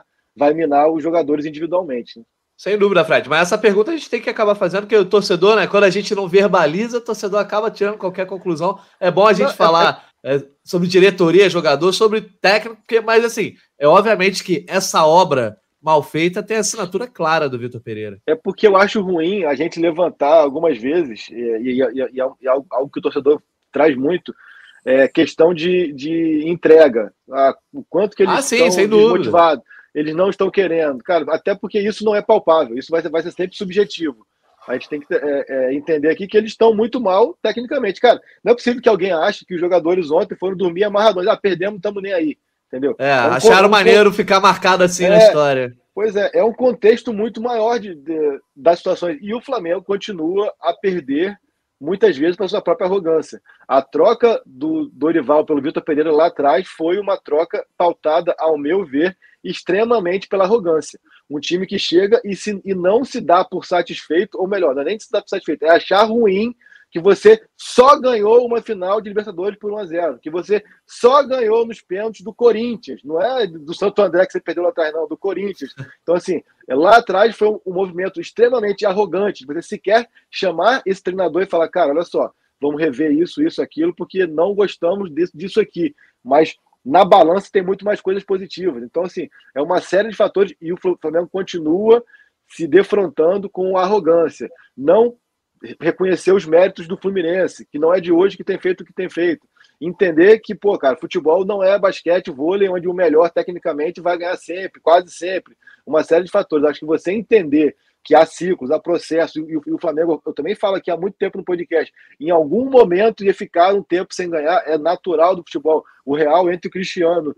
S4: os jogadores individualmente. Né?
S1: Sem dúvida, Fred. Mas essa pergunta a gente tem que acabar fazendo, porque o torcedor, né? Quando a gente não verbaliza, o torcedor acaba tirando qualquer conclusão. É bom a gente falar sobre diretoria, jogador, sobre técnico, mas assim, obviamente que essa obra mal feita tem a assinatura clara do Vitor Pereira.
S4: É porque eu acho ruim a gente levantar algumas vezes, e algo que o torcedor traz muito, questão de entrega. O quanto que eles estão desmotivados. Eles não estão querendo. Cara, até porque isso não é palpável. Isso vai ser sempre subjetivo. A gente tem que entender aqui que eles estão muito mal tecnicamente. Cara, não é possível que alguém ache que os jogadores ontem foram dormir amarradões. Perdemos, não estamos nem aí. Entendeu?
S1: Acharam maneiro ficar marcado assim na história.
S4: Pois é um contexto muito maior das situações. E o Flamengo continua a perder muitas vezes pela sua própria arrogância. A troca do Dorival pelo Vitor Pereira lá atrás foi uma troca pautada, ao meu ver, extremamente pela arrogância. Um time que chega e não se dá por satisfeito, ou melhor, não é nem se dá por satisfeito, é achar ruim que você só ganhou uma final de Libertadores por 1-0, que você só ganhou nos pênaltis do Corinthians, não é do Santo André que você perdeu lá atrás, não, do Corinthians. Então, assim, lá atrás foi um movimento extremamente arrogante, você sequer chamar esse treinador e falar, cara, olha só, vamos rever isso, aquilo, porque não gostamos disso aqui, mas na balança tem muito mais coisas positivas. Então, assim, é uma série de fatores e o Flamengo continua se defrontando com a arrogância. Não reconhecer os méritos do Fluminense, que não é de hoje que tem feito o que tem feito. Entender que, pô, cara, futebol não é basquete, vôlei, onde o melhor tecnicamente vai ganhar sempre, quase sempre. Uma série de fatores. Acho que você entender que há ciclos, há processos, e o Flamengo, eu também falo aqui há muito tempo no podcast, em algum momento ia ficar um tempo sem ganhar, é natural do futebol. O Real entre o Cristiano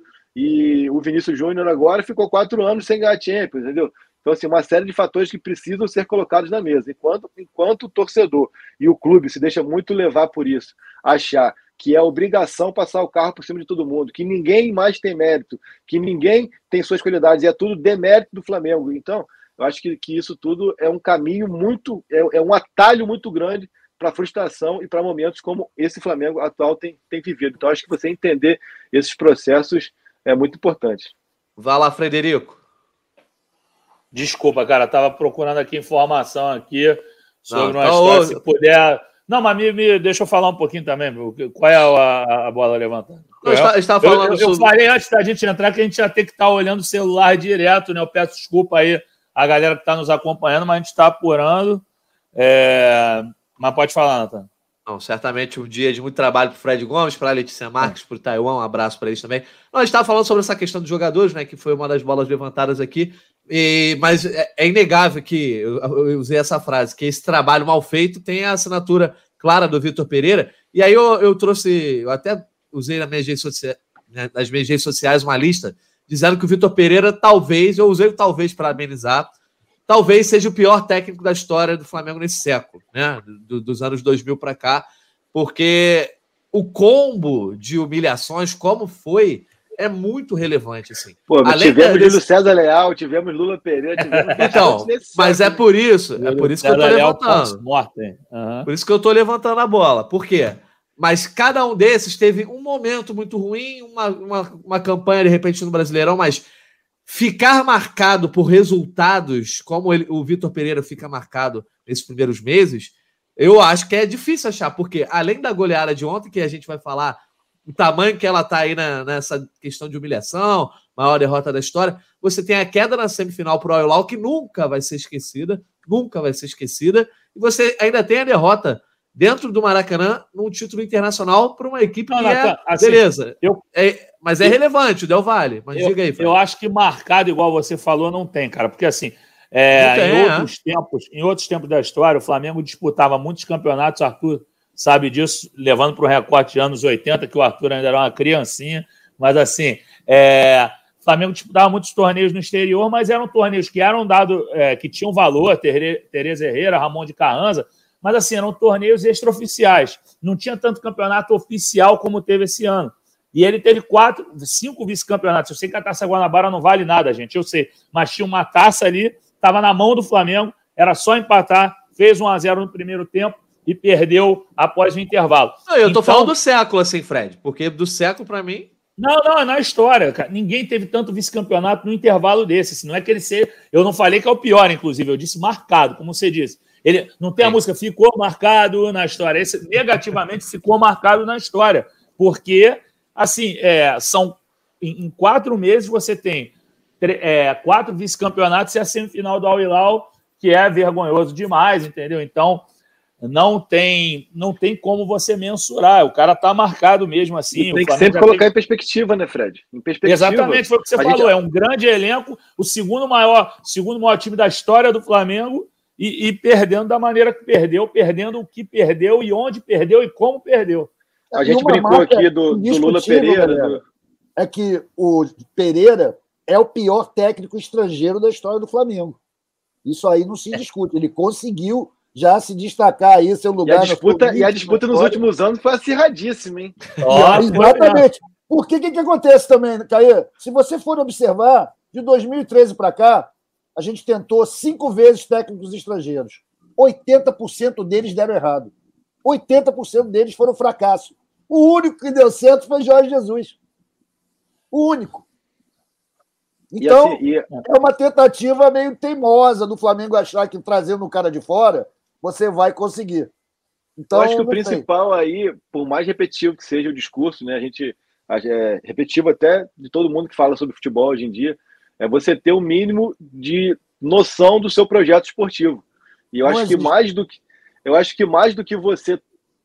S4: e o Vinícius Júnior agora ficou 4 anos sem ganhar Champions, entendeu? Então, assim, uma série de fatores que precisam ser colocados na mesa. Enquanto o torcedor e o clube se deixa muito levar por isso, achar que é obrigação passar o carro por cima de todo mundo, que ninguém mais tem mérito, que ninguém tem suas qualidades, e é tudo demérito do Flamengo. Então, eu acho que isso tudo é um caminho muito, é um atalho muito grande para frustração e para momentos como esse Flamengo atual tem vivido. Então, acho que você entender esses processos é muito importante.
S1: Vai lá, Frederico.
S3: Desculpa, cara, estava procurando aqui informação aqui sobre uma
S1: então,
S3: história, se puder... Não, mas deixa eu falar um pouquinho também, qual é a bola levantada? Eu falei antes da gente entrar que a gente ia ter que estar olhando o celular direto, né? Eu peço desculpa aí a galera que está nos acompanhando, mas a gente está apurando. Mas pode falar, Nathan.
S1: Não, certamente um dia de muito trabalho para o Fred Gomes, para a Letícia Marques, para o Taiwan, um abraço para eles também. Não, a gente estava falando sobre essa questão dos jogadores, né, que foi uma das bolas levantadas aqui, mas é inegável que, eu usei essa frase, que esse trabalho mal feito tem a assinatura clara do Vitor Pereira, e aí eu até usei nas minhas redes sociais uma lista, dizendo que o Vitor Pereira eu usei o talvez para amenizar, talvez seja o pior técnico da história do Flamengo nesse século, né? Dos anos 2000 para cá, porque o combo de humilhações, como foi, é muito relevante. Assim.
S4: Pô, tivemos Júlio César Leal, tivemos Lula Pereira, tivemos...
S1: Então, mas é por isso que eu estou levantando. Por isso que eu estou levantando a bola. Por quê? Mas cada um desses teve um momento muito ruim, uma campanha, de repente, no Brasileirão, mas... Ficar marcado por resultados, como o Vitor Pereira fica marcado nesses primeiros meses, eu acho que é difícil achar, porque além da goleada de ontem, que a gente vai falar o tamanho que ela está aí nessa questão de humilhação, maior derrota da história, você tem a queda na semifinal para o Al-Hilal, que nunca vai ser esquecida, e você ainda tem a derrota dentro do Maracanã num título internacional para uma equipe beleza. Mas é relevante o Del Valle. Mas diga aí, Fred.
S3: Eu acho que marcado, igual você falou, não tem, cara. Porque assim, em outros tempos da história, o Flamengo disputava muitos campeonatos, o Arthur sabe disso, levando para o recorte de anos 80, que o Arthur ainda era uma criancinha. Mas assim, o Flamengo disputava muitos torneios no exterior, mas eram torneios que eram dados, que tinham valor, Tereza Herrera, Ramon de Carranza, mas assim, eram torneios extraoficiais. Não tinha tanto campeonato oficial como teve esse ano. E ele teve 5 vice-campeonatos. Eu sei que a Taça Guanabara não vale nada, gente, eu sei. Mas tinha uma taça ali, estava na mão do Flamengo, era só empatar, fez 1-0 no primeiro tempo e perdeu após o intervalo.
S1: Não, eu tô falando do século, assim, Fred, porque do século, para mim...
S3: Não, é na história, cara. Ninguém teve tanto vice-campeonato no intervalo desse. Não é que ele seja... Eu não falei que é o pior, inclusive, eu disse marcado, como você disse. Ele não tem a música ficou marcado na história. Esse negativamente ficou marcado na história. Porque, assim, são em 4 meses você tem 4 vice-campeonatos e a semifinal do Al-Hilal, que é vergonhoso demais, entendeu? Então, não tem como você mensurar. O cara tá marcado mesmo assim.
S4: Tem que sempre colocar em perspectiva, né, Fred? Em perspectiva.
S3: Exatamente, foi o que você falou. É um grande elenco, o segundo maior time da história do Flamengo, e perdendo da maneira que perdendo o que perdeu e onde perdeu e como perdeu.
S4: A gente brincou aqui do Lula Pereira.
S2: É que o Pereira é o pior técnico estrangeiro da história do Flamengo. Isso aí não se discute. Ele conseguiu já se destacar aí, seu lugar.
S4: E a disputa nos últimos anos foi acirradíssima, hein?
S2: Exatamente. Porque que acontece também, Caê? Se você for observar, de 2013 para cá, a gente tentou 5 vezes técnicos estrangeiros. 80% deles deram errado. 80% deles foram fracasso. O único que deu certo foi Jorge Jesus. O único. Então, é uma tentativa meio teimosa do Flamengo achar que trazendo o cara de fora, você vai conseguir. Então,
S4: eu acho que o principal aí, por mais repetitivo que seja o discurso, né, repetitivo até de todo mundo que fala sobre futebol hoje em dia, é você ter o mínimo de noção do seu projeto esportivo. E eu acho que mais do que você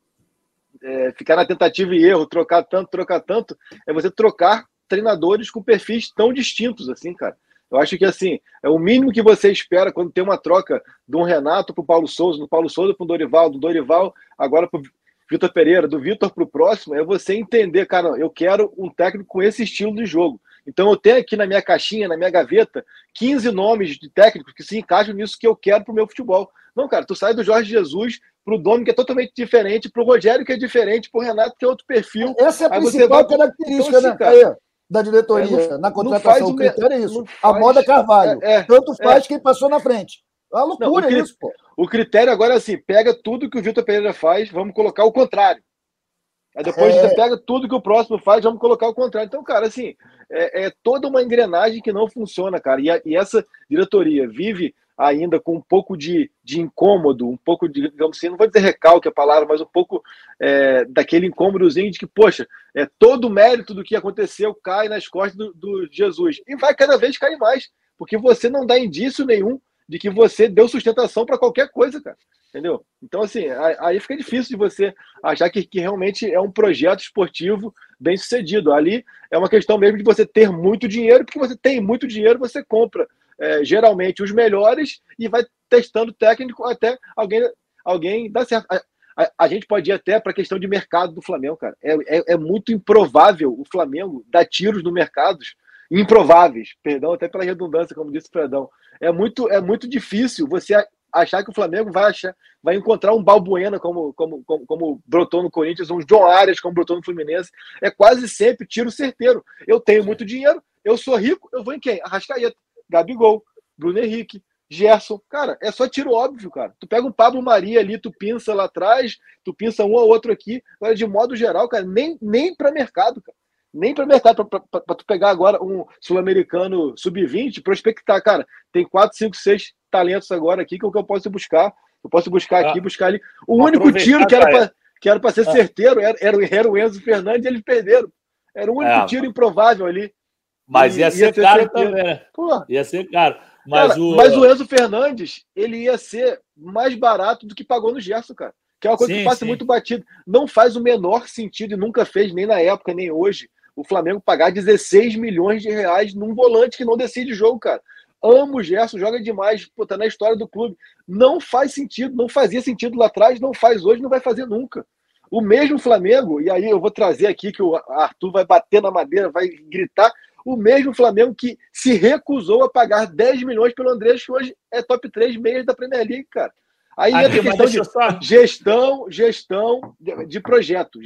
S4: ficar na tentativa e erro, trocar tanto, é você trocar treinadores com perfis tão distintos assim, cara. Eu acho que assim, é o mínimo que você espera quando tem uma troca de um Renato para o Paulo Souza, do Paulo Souza para o Dorival, do Dorival agora para o Vitor Pereira, do Vitor para o próximo, é você entender, cara, eu quero um técnico com esse estilo de jogo. Então eu tenho aqui na minha caixinha, na minha gaveta, 15 nomes de técnicos que se encaixam nisso que eu quero para o meu futebol. Não, cara, tu sai do Jorge Jesus para o Domi, que é totalmente diferente, para o Rogério, que é diferente, para o Renato, que é outro perfil.
S2: Essa é a principal característica, então, assim, né, da diretoria na contratação. O critério é isso. A moda Carvalho. Tanto faz quem passou na frente. É uma loucura isso, pô.
S4: O critério agora é assim, pega tudo que o Vitor Pereira faz, vamos colocar o contrário. Aí depois você pega tudo que o próximo faz, vamos colocar o contrário. Então, cara, assim, é toda uma engrenagem que não funciona, cara. E essa diretoria vive ainda com um pouco de incômodo, um pouco de, digamos assim, não vou dizer recalque a palavra, mas um pouco daquele incômodozinho de que, poxa, todo o mérito do que aconteceu cai nas costas do Jesus. E vai cada vez cair mais, porque você não dá indício nenhum de que você deu sustentação para qualquer coisa, cara. Entendeu? Então, assim, aí fica difícil de você achar que realmente é um projeto esportivo bem sucedido. Ali é uma questão mesmo de você ter muito dinheiro, porque você tem muito dinheiro, você compra geralmente os melhores e vai testando técnico até alguém dar certo. A gente pode ir até para a questão de mercado do Flamengo, cara. É muito improvável o Flamengo dar tiros no mercado improváveis, perdão, até pela redundância, como disse o Fredão. É muito difícil você achar que o Flamengo vai encontrar um Balbuena como brotou no Corinthians, um John Arias como brotou no Fluminense. É quase sempre tiro certeiro. Eu tenho muito dinheiro, eu sou rico, eu vou em quem? Arrascaeta, Gabigol, Bruno Henrique, Gerson. Cara, é só tiro óbvio, cara. Tu pega um Pablo Maria ali, tu pinça lá atrás, tu pinça um ou outro aqui. Agora, de modo geral, cara, nem para mercado, cara. Nem para mercado, para tu pegar agora um sul-americano sub-20, prospectar, cara, tem 4, 5, 6 talentos agora aqui que eu posso buscar. Eu posso buscar aqui, buscar ali. O único tiro que era para ser certeiro era o Enzo Fernandes e eles perderam. Era o único tiro improvável ali.
S3: Mas ia ser caro também, né? Ia ser caro. Mas
S4: o Enzo Fernandes, ele ia ser mais barato do que pagou no Gerson, cara. Que é uma coisa que passa muito batido. Não faz o menor sentido e nunca fez, nem na época, nem hoje, o Flamengo pagar 16 milhões de reais num volante que não decide jogo, cara. Amo o Gerson, joga demais, pô, tá na história do clube. Não faz sentido, não fazia sentido lá atrás, não faz hoje, não vai fazer nunca. O mesmo Flamengo, e aí eu vou trazer aqui que o Arthur vai bater na madeira, vai gritar, o mesmo Flamengo que se recusou a pagar 10 milhões pelo Andrés, que hoje é top 3 meias da Premier League, cara. Aí entra a questão de gestão de projeto.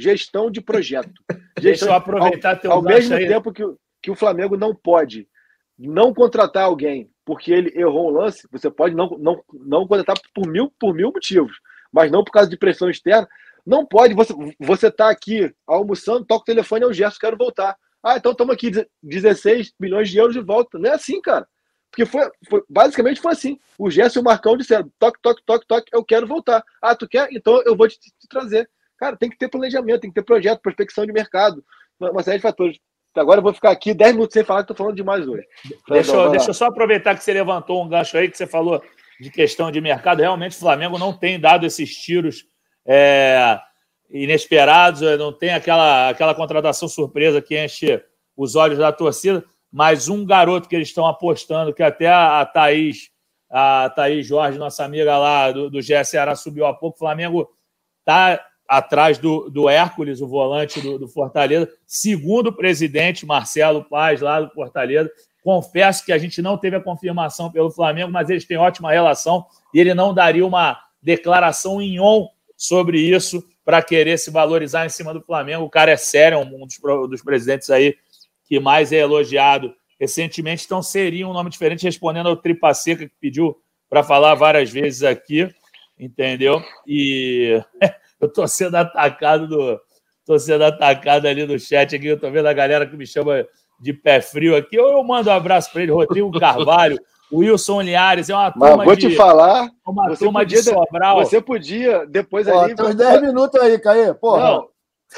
S3: Deixa eu aproveitar teu
S4: ao mesmo tempo que o Flamengo não pode não contratar alguém porque ele errou um lance, você pode não contratar por mil motivos, mas não por causa de pressão externa. Não pode, você tá aqui almoçando, toca o telefone, é o Gerson, quero voltar. Então estamos aqui, 16 milhões de euros de volta. Não é assim, cara. Porque basicamente foi assim. O Gerson e o Marcão disseram, toque, eu quero voltar. Tu quer? Então eu vou te trazer. Cara, tem que ter planejamento, tem que ter projeto, prospecção de mercado, uma série de fatores. Agora eu vou ficar aqui 10 minutos sem falar, que estou falando demais hoje.
S3: Deixa eu só aproveitar que você levantou um gancho aí, que você falou de questão de mercado. Realmente o Flamengo não tem dado esses tiros inesperados, não tem aquela contratação surpresa que enche os olhos da torcida, mas um garoto que eles estão apostando, que até a Thaís Jorge, nossa amiga lá do GE Ceará, subiu há pouco. O Flamengo está atrás do Hércules, o volante do Fortaleza, segundo o presidente Marcelo Paz, lá do Fortaleza. Confesso que a gente não teve a confirmação pelo Flamengo, mas eles têm ótima relação e ele não daria uma declaração em on sobre isso para querer se valorizar em cima do Flamengo. O cara é sério, é um dos presidentes aí que mais é elogiado recentemente, então seria um nome diferente, respondendo ao Tripa Seca, que pediu para falar várias vezes aqui, entendeu? E eu estou sendo atacado ali no chat, aqui, eu estou vendo a galera que me chama de pé frio aqui, eu mando um abraço para ele, Rodrigo Carvalho, o Wilson Linhares, é uma turma
S4: Mas vou te falar,
S3: uma turma de Sobral.
S4: Você podia, depois ali...
S2: Tem uns 10 minutos aí, Caê, porra.
S4: Não.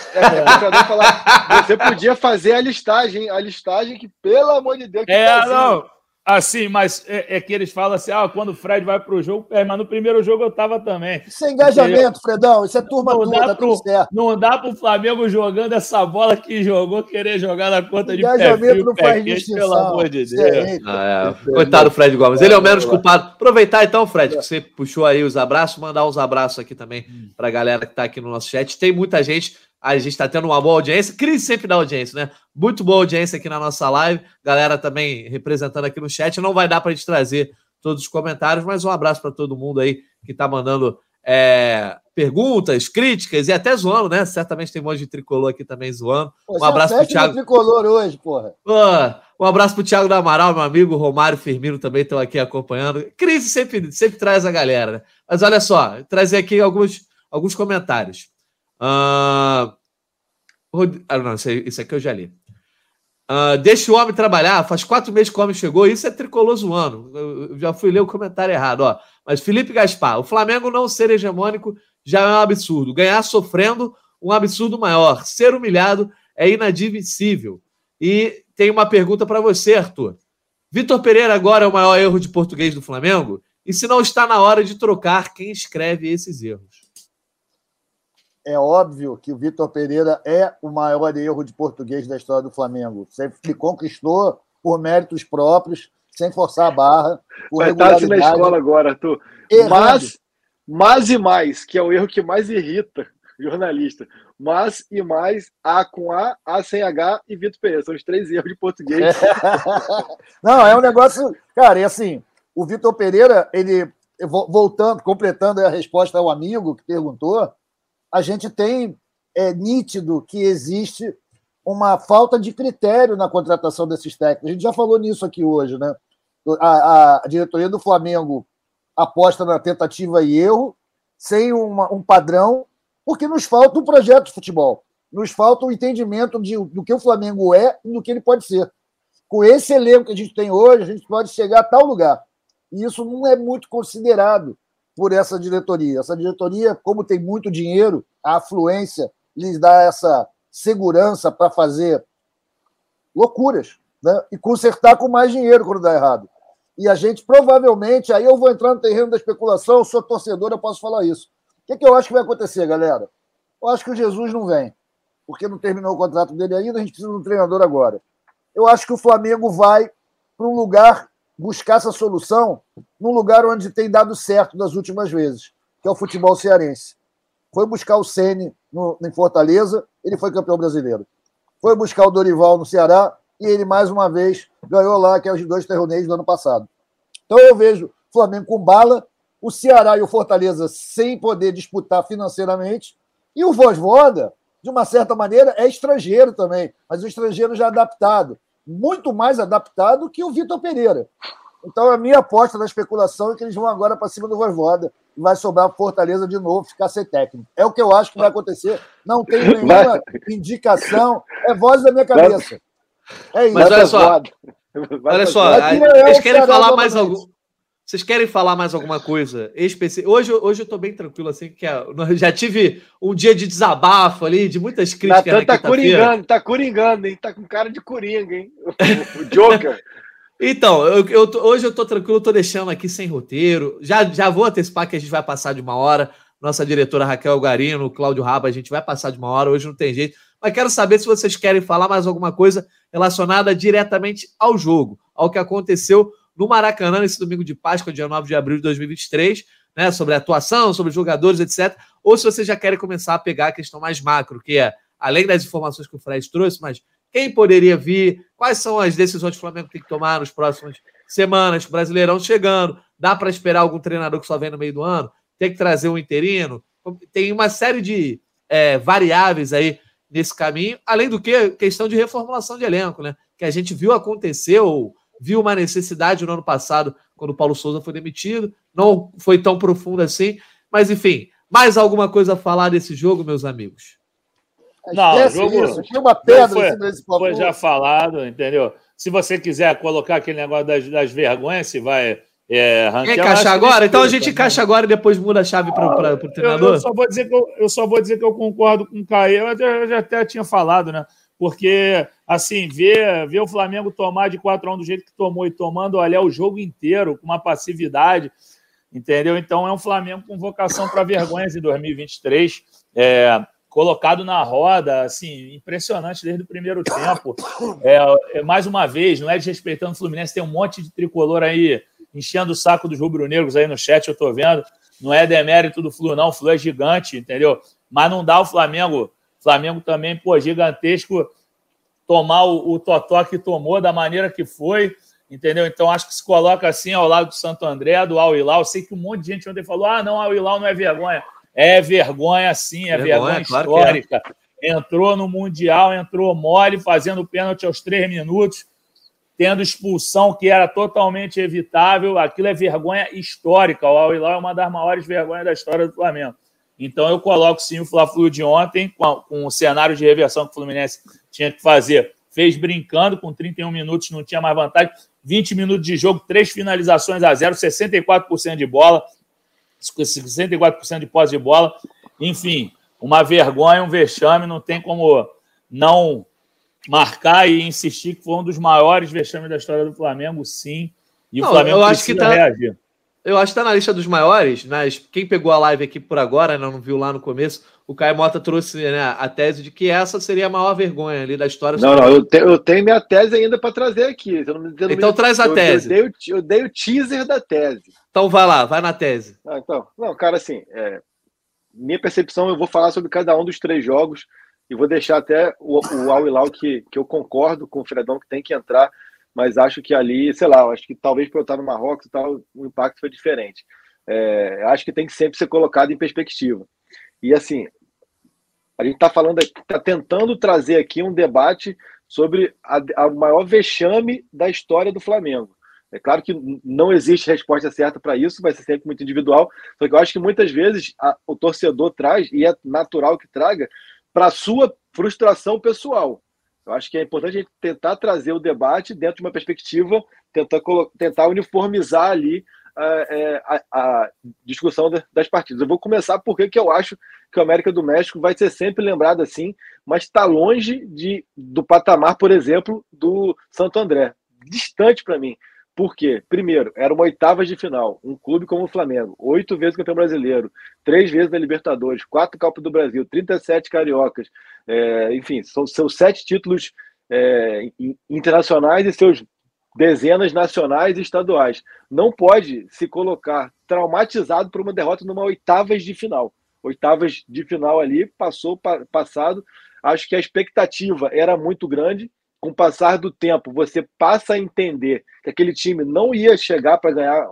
S4: Você podia fazer a listagem que, pelo amor de Deus, que
S3: não. Assim, mas é que eles falam assim, quando o Fred vai pro jogo, mas no primeiro jogo eu tava também.
S2: Isso é engajamento, Fredão, isso é turma toda, tudo certo.
S3: Não dá pro Flamengo jogando essa bola que jogou, querer jogar na conta de
S2: engajamento não faz distinção.
S3: Pelo amor de Deus.
S1: Coitado do Fred Gomes, ele é o menos culpado. Aproveitar então, Fred, que você puxou aí os abraços, mandar uns abraços aqui também pra galera que tá aqui no nosso chat. Tem muita gente. A gente está tendo uma boa audiência. Cris sempre dá audiência, né? Muito boa audiência aqui na nossa live. Galera também representando aqui no chat. Não vai dar para a gente trazer todos os comentários, mas um abraço para todo mundo aí que está mandando perguntas, críticas e até zoando, né? Certamente tem um monte de tricolor aqui também zoando.
S2: Um abraço pro Thiago. Tricolor hoje, porra.
S1: Um abraço pro Thiago do Amaral, meu amigo, Romário Firmino também estão aqui acompanhando. Crise sempre traz a galera, né? Mas olha só, trazer aqui alguns comentários. Não, isso aqui eu já li. Deixa o homem trabalhar, faz 4 meses que o homem chegou, isso é tricolor zoando. Eu já fui ler o comentário errado, ó. Mas Felipe Gaspar, o Flamengo não ser hegemônico já é um absurdo. Ganhar sofrendo, um absurdo maior. Ser humilhado é inadmissível. E tem uma pergunta para você, Arthur. Vitor Pereira agora é o maior erro de português do Flamengo? E se não está na hora de trocar quem escreve esses erros?
S2: É óbvio que o Vitor Pereira é o maior erro de português da história do Flamengo. Sempre conquistou por méritos próprios, sem forçar a barra.
S4: Vai estar assim na escola agora, Arthur. Mais, que é o erro que mais irrita jornalista. Mas e mais, A com A sem H e Vitor Pereira. São os 3 erros de português.
S2: Não, é um negócio... Cara, e assim, o Vitor Pereira, ele, completando a resposta ao amigo que perguntou, a gente tem nítido que existe uma falta de critério na contratação desses técnicos. A gente já falou nisso aqui hoje, né? A diretoria do Flamengo aposta na tentativa e erro, sem um padrão, porque nos falta um projeto de futebol. Nos falta um entendimento do que o Flamengo é e do que ele pode ser. Com esse elenco que a gente tem hoje, a gente pode chegar a tal lugar. E isso não é muito considerado por essa diretoria. Essa diretoria, como tem muito dinheiro, a afluência lhes dá essa segurança para fazer loucuras, né? E consertar com mais dinheiro quando dá errado. E a gente provavelmente, aí eu vou entrar no terreno da especulação, eu sou torcedor, eu posso falar isso. O que eu acho que vai acontecer, galera? Eu acho que o Jesus não vem, porque não terminou o contrato dele ainda, a gente precisa de um treinador agora. Eu acho que o Flamengo vai para um lugar, buscar essa solução num lugar onde tem dado certo das últimas vezes, que é o futebol cearense. Foi buscar o Ceni em Fortaleza, ele foi campeão brasileiro. Foi buscar o Dorival no Ceará e ele, mais uma vez, ganhou lá, que é os 2 torneios do ano passado. Então eu vejo o Flamengo com bala, o Ceará e o Fortaleza sem poder disputar financeiramente, e o Vojvoda, de uma certa maneira, é estrangeiro também, mas o estrangeiro já adaptado, muito mais adaptado que o Vitor Pereira. Então, a minha aposta na especulação é que eles vão agora para cima do Vojvoda e vai sobrar Fortaleza de novo, ficar sem técnico. É o que eu acho que vai acontecer. Não tem nenhuma indicação. É voz da minha cabeça. É isso.
S1: Mas olha só, vocês querem falar mais algum? Vocês querem falar mais alguma coisa específica? Hoje eu estou bem tranquilo, assim, que já tive um dia de desabafo ali, de muitas críticas.
S4: Natan tá coringando, hein? Tá com cara de coringa, hein? O Joker.
S1: Então, hoje eu estou tranquilo, estou deixando aqui sem roteiro. Já vou antecipar que a gente vai passar de 1 hora. Nossa diretora Raquel Garino, o Cláudio Raba, a gente vai passar de 1 hora, hoje não tem jeito. Mas quero saber se vocês querem falar mais alguma coisa relacionada diretamente ao jogo, ao que aconteceu no Maracanã nesse domingo de Páscoa, dia 9 de abril de 2023, né, sobre a atuação, sobre os jogadores, etc. Ou se vocês já querem começar a pegar a questão mais macro, que é, além das informações que o Fred trouxe, mas quem poderia vir, quais são as decisões que o Flamengo tem que tomar nas próximas semanas, o Brasileirão chegando, dá para esperar algum treinador que só vem no meio do ano, tem que trazer um interino, tem uma série de variáveis aí nesse caminho, além do que questão de reformulação de elenco, né, que a gente viu acontecer, ou viu uma necessidade no ano passado, quando o Paulo Souza foi demitido, não foi tão profundo assim, mas enfim, mais alguma coisa a falar desse jogo, meus amigos?
S3: Não, o jogo
S2: tinha uma pedra nesse
S3: foi já falado, entendeu? Se você quiser colocar aquele negócio das vergonhas, se vai
S1: ranquear... Quer encaixar agora? Então a gente encaixa agora e depois muda a chave para o treinador?
S3: Eu só vou dizer que eu concordo com o Caio, eu já até tinha falado, né? Porque, assim, ver o Flamengo tomar de 4-1 do jeito que tomou e tomando, olha, o jogo inteiro com uma passividade, entendeu? Então é um Flamengo com vocação para vergonhas em 2023, colocado na roda, assim, impressionante desde o primeiro tempo. Mais uma vez, não é desrespeitando o Fluminense, tem um monte de tricolor aí enchendo o saco dos rubro-negros aí no chat, eu tô vendo. Não é demérito do Flu, não, o Flu é gigante, entendeu? Mas não dá o Flamengo também, gigantesco, tomar o totó que tomou da maneira que foi. entendeu? Então, acho que se coloca assim ao lado do Santo André, do Al Hilal. Eu sei que um monte de gente ontem falou, não, Al Hilal não é vergonha. É vergonha, sim, é vergonha
S1: claro
S3: histórica. Entrou no Mundial, entrou mole, fazendo pênalti aos 3 minutos, tendo expulsão que era totalmente evitável. Aquilo é vergonha histórica. O Al Hilal é uma das maiores vergonhas da história do Flamengo. Então, eu coloco, sim, o Fla-Flu de ontem, com o cenário de reversão que o Fluminense tinha que fazer. Fez brincando, com 31 minutos, não tinha mais vantagem. 20 minutos de jogo, 3 finalizações a 0, 64% de bola, 64% de posse de bola. Enfim, uma vergonha, um vexame, não tem como não marcar e insistir que foi um dos maiores vexames da história do Flamengo, sim. E o Flamengo precisa reagir.
S1: Eu acho que está na lista dos maiores, mas quem pegou a live aqui por agora, não viu lá no começo, o Caio Mota trouxe, né, a tese de que essa seria a maior vergonha ali da história.
S4: Eu tenho minha tese ainda para trazer aqui.
S1: Então traz a tese.
S4: Eu dei o teaser da tese.
S1: Então vai lá, vai na tese.
S4: Cara, assim, minha percepção, eu vou falar sobre cada um dos 3 jogos e vou deixar até o Al Hilal que eu concordo com o Fredão que tem que entrar, mas acho que ali, sei lá, acho que talvez por eu estar no Marrocos e tal, o impacto foi diferente. Acho que tem que sempre ser colocado em perspectiva. E assim, a gente está falando, está tentando trazer aqui um debate sobre a maior vexame da história do Flamengo. É claro que não existe resposta certa para isso, vai ser sempre muito individual, só que eu acho que muitas vezes o torcedor traz, e é natural que traga, para a sua frustração pessoal. Eu acho que é importante a gente tentar trazer o debate dentro de uma perspectiva, tentar uniformizar ali a discussão das partidas. Eu vou começar porque eu acho que o América do México vai ser sempre lembrado assim, mas está longe do patamar, por exemplo, do Santo André. Distante para mim. Por quê? Primeiro, era uma oitavas de final. Um clube como o Flamengo, 8 vezes campeão brasileiro, 3 vezes da Libertadores, 4 Copas do Brasil, 37 cariocas, enfim, são seus 7 títulos internacionais e seus dezenas nacionais e estaduais. Não pode se colocar traumatizado por uma derrota numa oitavas de final. Oitavas de final ali, passado. Acho que a expectativa era muito grande. Com o passar do tempo, você passa a entender que aquele time não ia chegar para ganhar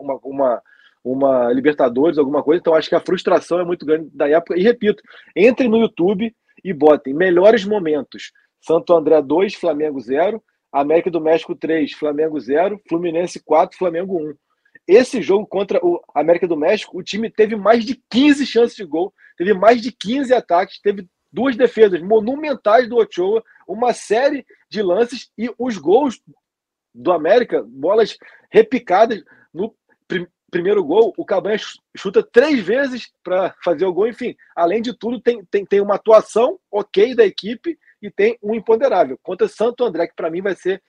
S4: uma Libertadores, alguma coisa. Então, acho que a frustração é muito grande da época. E, repito, entrem no YouTube e botem melhores momentos. Santo André 2, Flamengo 0. América do México 3, Flamengo 0. Fluminense 4, Flamengo 1. Esse jogo contra o América do México, o time teve mais de 15 chances de gol, teve mais de 15 ataques, teve 2 defesas monumentais do Ochoa, uma série de lances e os gols do América, bolas repicadas. No primeiro gol, o Cabanha chuta 3 vezes para fazer o gol. Enfim, além de tudo, tem uma atuação ok da equipe e tem um imponderável. Contra Santo André, que para mim vai ser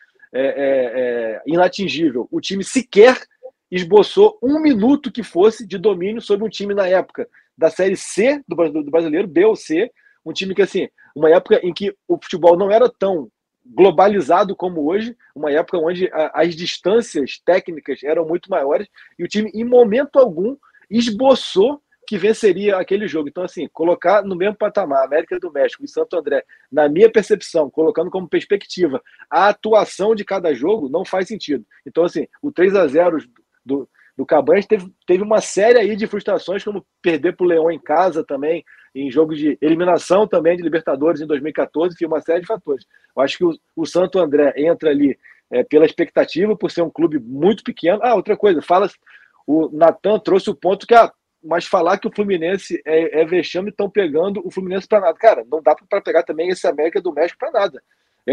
S4: inatingível. O time sequer esboçou 1 minuto que fosse de domínio sobre um time na época da Série C do Brasileiro, B ou C, um time que, assim, uma época em que o futebol não era tão globalizado como hoje, uma época onde as distâncias técnicas eram muito maiores e o time, em momento algum, esboçou que venceria aquele jogo. Então, assim, colocar no mesmo patamar América do México e Santo André, na minha percepção, colocando como perspectiva a atuação de cada jogo, não faz sentido. Então, assim, o 3-0 do Cabanhas teve uma série aí de frustrações, como perder para o Leão em casa também, em jogo de eliminação também de Libertadores em 2014, enfim, uma série de fatores. Eu acho que o Santo André entra ali pela expectativa, por ser um clube muito pequeno. Outra coisa, o Natan trouxe o ponto que, mas falar que o Fluminense é vexame, estão pegando o Fluminense para nada. Cara, não dá para pegar também esse América do México para nada.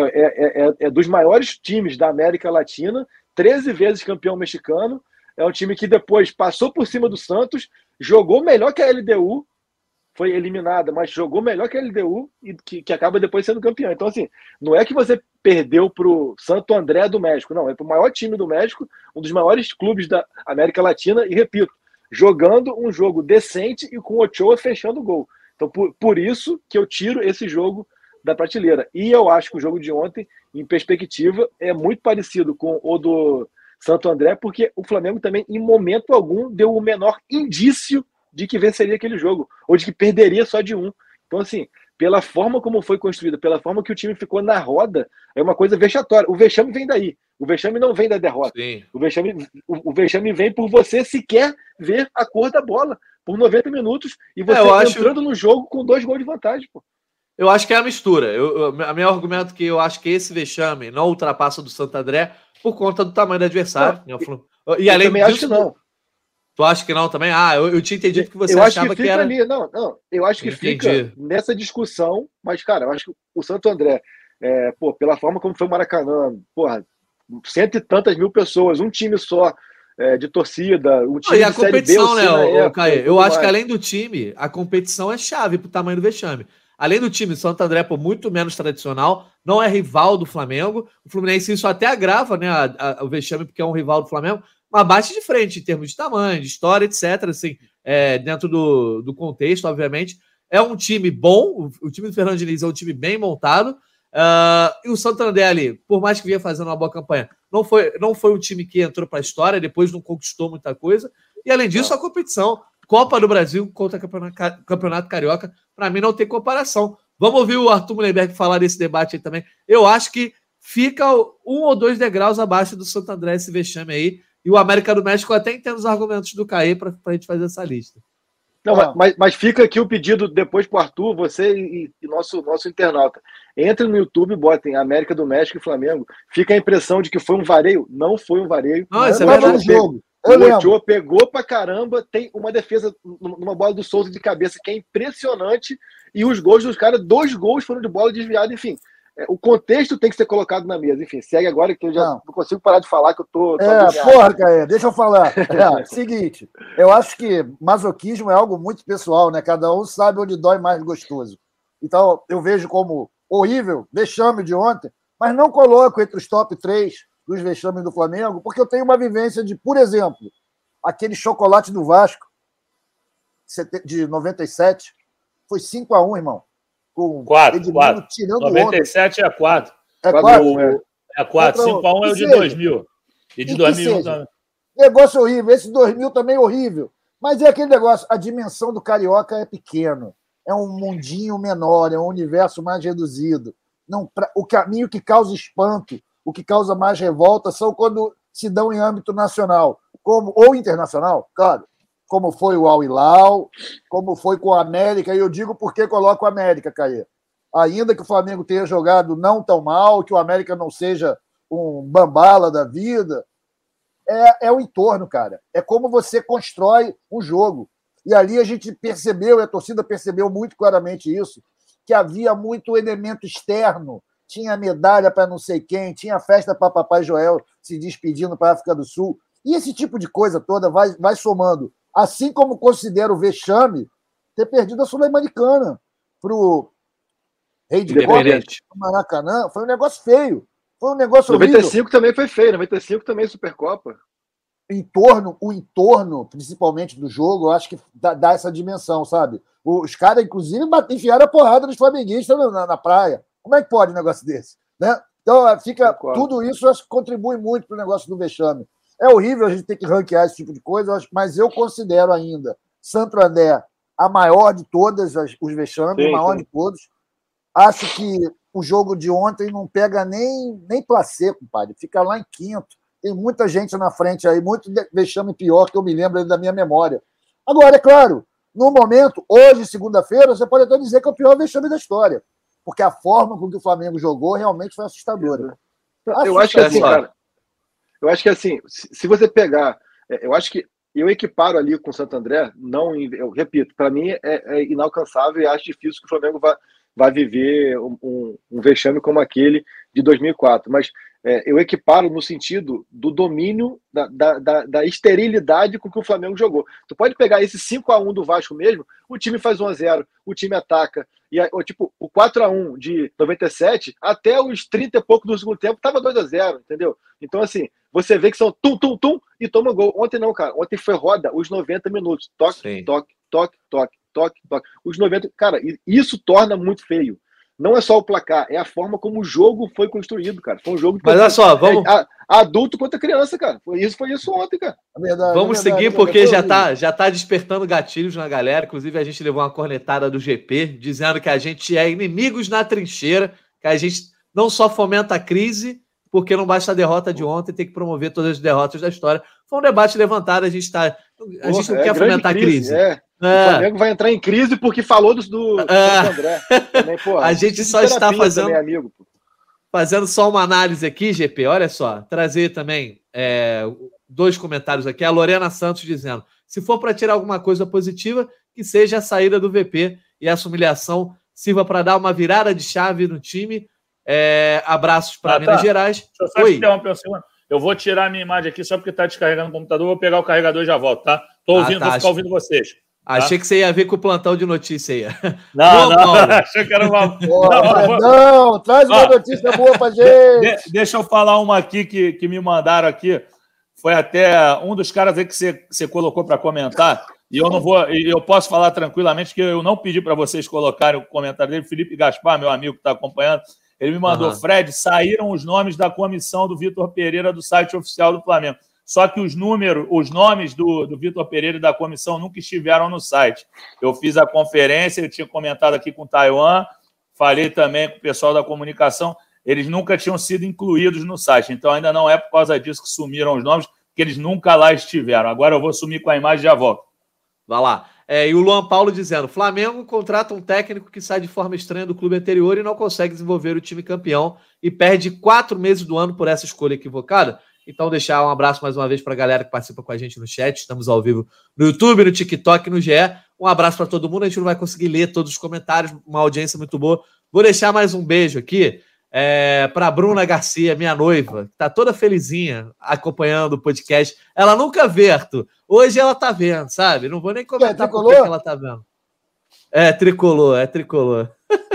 S4: É dos maiores times da América Latina, 13 vezes campeão mexicano, é um time que depois passou por cima do Santos, jogou melhor que a LDU, foi eliminada, mas jogou melhor que a LDU e que acaba depois sendo campeão. Então, assim, não é que você perdeu para o Santo André do México, não, é para o maior time do México, um dos maiores clubes da América Latina, e repito, jogando um jogo decente e com o Ochoa fechando o gol. Então, por isso que eu tiro esse jogo da prateleira. E eu acho que o jogo de ontem, em perspectiva, é muito parecido com o do Santo André, porque o Flamengo também, em momento algum, deu o menor indício de que venceria aquele jogo, ou de que perderia só de 1. Então, assim, pela forma como foi construída, pela forma que o time ficou na roda, é uma coisa vexatória. O vexame vem daí. O vexame não vem da derrota.
S1: Sim.
S4: O vexame vem por você sequer ver a cor da bola por 90 minutos e você entrando no jogo com 2 gols de vantagem, pô.
S1: Eu acho que é a mistura. A meu argumento é que eu acho que esse vexame não ultrapassa do Santo André por conta do tamanho do adversário.
S4: E além disso, acho que não.
S1: Tu acha que não também? Eu tinha entendido que você
S4: achava que era... ali. Não, eu acho que fica nessa discussão, mas, cara, eu acho que o Santo André, pela forma como foi o Maracanã, porra, 100 e tantas mil pessoas, um time só de torcida, um time
S1: e a competição, né, Caê? Eu acho
S4: mais.
S1: que além do time, a competição é chave pro tamanho do vexame. Além do time, Santo André, muito menos tradicional, não é rival do Flamengo. O Fluminense isso até agrava, né, o vexame, porque é um rival do Flamengo, mas bate de frente em termos de tamanho, de história, etc. Assim, dentro do contexto, obviamente. É um time bom, o time do Fernando Diniz é um time bem montado. E o Santo André ali, por mais que vinha fazendo uma boa campanha, não foi um time que entrou para a história, depois não conquistou muita coisa. E além disso, a competição. Copa do Brasil contra Campeonato Carioca, para mim não tem comparação. Vamos ouvir o Arthur Mullenberg falar desse debate aí também. Eu acho que fica 1 ou 2 degraus abaixo do Santo André esse vexame aí. E o América do México até entendo os argumentos do Caê para a gente fazer essa lista.
S4: Não, mas fica aqui o pedido depois para o Arthur, você e nosso internauta. Entrem no YouTube e botem América do México e Flamengo. Fica a impressão de que foi um vareio. Não foi um vareio.
S1: Não, isso é verdade.
S2: Jogo.
S4: O Ochoa pegou pra caramba, tem uma defesa numa bola do Souza de cabeça que é impressionante, e os gols dos caras, 2 gols foram de bola desviada, enfim. O contexto tem que ser colocado na mesa. Enfim, segue agora que eu já não consigo parar de falar que eu tô
S2: porra, Caê, deixa eu falar. Seguinte, eu acho que masoquismo é algo muito pessoal, né? Cada um sabe onde dói mais gostoso. Então, eu vejo como horrível, vexame de ontem, mas não coloco entre os top 3 dos vexames do Flamengo, porque eu tenho uma vivência de, por exemplo, aquele chocolate do Vasco, de 97, foi 5-1, irmão. Com
S3: 4,
S2: tirando
S3: 97 é 4.
S2: É 4?
S3: É 4, 5-1 é o de 2000. E de 2001 também.
S2: Negócio horrível, esse 2000 também é horrível. Mas é aquele negócio, a dimensão do Carioca é pequeno. É um mundinho menor, é um universo mais reduzido. O caminho que causa espanto, o que causa mais revolta são quando se dão em âmbito nacional, ou internacional, claro, como foi o Al Hilal, como foi com a América, e eu digo por que coloco a América, Caê. Ainda que o Flamengo tenha jogado não tão mal, que o América não seja um bambala da vida, é o entorno, cara. É como você constrói um jogo. E ali a gente percebeu, e a torcida percebeu muito claramente isso, que havia muito elemento externo. Tinha medalha para não sei quem, tinha festa para Papai Joel se despedindo para a África do Sul. E esse tipo de coisa toda vai somando. Assim como considero o vexame ter perdido a Sul-Americana para o Rei de Copa, no Maracanã. Foi um negócio feio. Foi um negócio
S4: 95
S2: horrível.
S4: Também foi feio, 95 também Supercopa.
S2: O entorno, principalmente do jogo, eu acho que dá essa dimensão, sabe? Os caras, inclusive, enfiaram a porrada dos flamenguistas na praia. Como é que pode um negócio desse? Né? Então, tudo isso eu acho que contribui muito para o negócio do vexame. É horrível a gente ter que ranquear esse tipo de coisa, mas eu considero ainda Santo André a maior de todas os vexames, o maior de todos. Acho que o jogo de ontem não pega nem placê, compadre. Fica lá em quinto. Tem muita gente na frente aí, muito vexame pior que eu me lembro da minha memória. Agora, é claro, no momento, hoje, segunda-feira, você pode até dizer que é o pior vexame da história. Porque a forma com que o Flamengo jogou realmente foi assustadora.
S4: Eu acho que assim, cara. Eu acho que assim, se você pegar. Eu acho que eu equiparo ali com o Santo André, eu repito, para mim é inalcançável e acho difícil que o Flamengo vá viver um vexame como aquele de 2004. Mas eu equiparo no sentido do domínio, da esterilidade com que o Flamengo jogou. Tu pode pegar esse 5-1 do Vasco mesmo, o time faz 1-0, o time ataca. E tipo, o 4-1 de 97, até os 30 e pouco do segundo tempo, estava 2-0, entendeu? Então, assim, você vê que são tum, e toma gol. Ontem não, cara. Ontem foi roda os 90 minutos. Toque, toque, toque, toque, toque, toque. Os 90... Cara, isso torna muito feio. não é só o placar, é a forma como o jogo foi construído, cara. Foi um jogo...
S1: Mas olha só, vamos...
S4: adulto contra criança, cara. Foi isso ontem, cara.
S1: Vamos seguir, porque já tá despertando gatilhos na galera. Inclusive, a gente levou uma cornetada do GP, dizendo que a gente é inimigos na trincheira, que a gente não só fomenta a crise, porque não basta a derrota de ontem, tem que promover todas as derrotas da história. Foi um debate levantado, a gente não quer fomentar a crise.
S4: O Flamengo vai entrar em crise porque falou do André. Também,
S1: a gente só está fazendo...
S4: Também, amigo, pô.
S1: Fazendo só uma análise aqui, GP, olha só, trazer também 2 comentários aqui. A Lorena Santos dizendo, se for para tirar alguma coisa positiva, que seja a saída do VP e essa humilhação sirva para dar uma virada de chave no time. Abraços para Minas Gerais.
S3: Deixa eu só te interromper um segundo. Eu vou tirar a minha imagem aqui só porque está descarregando o computador, vou pegar o carregador e já volto, tá? Vou ficar ouvindo vocês.
S1: Achei que você ia ver com o plantão de notícia aí.
S3: Não, achei que era uma...
S2: Não, traz uma notícia boa pra gente.
S3: Deixa eu falar uma aqui que me mandaram aqui. Foi até um dos caras aí que você colocou para comentar. E eu posso falar tranquilamente que eu não pedi para vocês colocarem o comentário dele. Felipe Gaspar, meu amigo que está acompanhando, ele me mandou, Fred, saíram os nomes da comissão do Vitor Pereira do site oficial do Flamengo. Só que os nomes do Vitor Pereira e da comissão nunca estiveram no site. Eu fiz a conferência, eu tinha comentado aqui com o Taiwan, falei também com o pessoal da comunicação, eles nunca tinham sido incluídos no site. Então ainda não é por causa disso que sumiram os nomes, porque eles nunca lá estiveram. Agora eu vou sumir com a imagem e já volto.
S1: Vai lá. E o Luan Paulo dizendo, Flamengo contrata um técnico que sai de forma estranha do clube anterior e não consegue desenvolver o time campeão e perde 4 meses do ano por essa escolha equivocada. Então, deixar um abraço mais uma vez para a galera que participa com a gente no chat. Estamos ao vivo no YouTube, no TikTok, no GE. Um abraço para todo mundo. A gente não vai conseguir ler todos os comentários, uma audiência muito boa. Vou deixar mais um beijo aqui para a Bruna Garcia, minha noiva, que está toda felizinha acompanhando o podcast. Ela nunca vê, Arthur. Hoje ela está vendo, sabe? Não vou nem comentar por que ela está vendo. Tricolor, tricolor.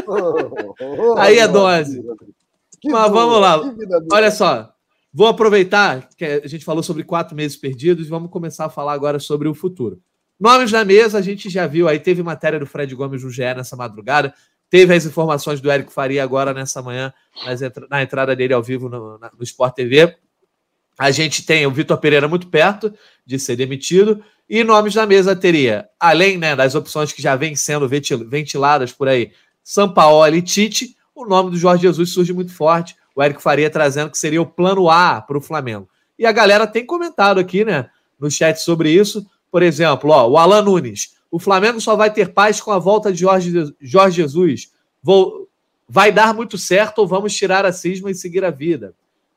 S1: Aí é dose. Mas vamos lá. Olha só. Vou aproveitar que a gente falou sobre 4 meses perdidos e vamos começar a falar agora sobre o futuro. Nomes na mesa, a gente já viu aí, teve matéria do Fred Gomes no GE nessa madrugada, teve as informações do Érico Faria agora nessa manhã, na entrada dele ao vivo no Sport TV. A gente tem o Vitor Pereira muito perto de ser demitido e nomes na mesa teria, além das opções que já vêm sendo ventiladas por aí, Sampaoli e Tite, o nome do Jorge Jesus surge muito forte. O Érico Faria trazendo que seria o plano A para o Flamengo. E a galera tem comentado aqui, no chat sobre isso. Por exemplo, o Alan Nunes. O Flamengo só vai ter paz com a volta de Jorge Jesus. Vai dar muito certo ou vamos tirar a cisma e seguir a vida?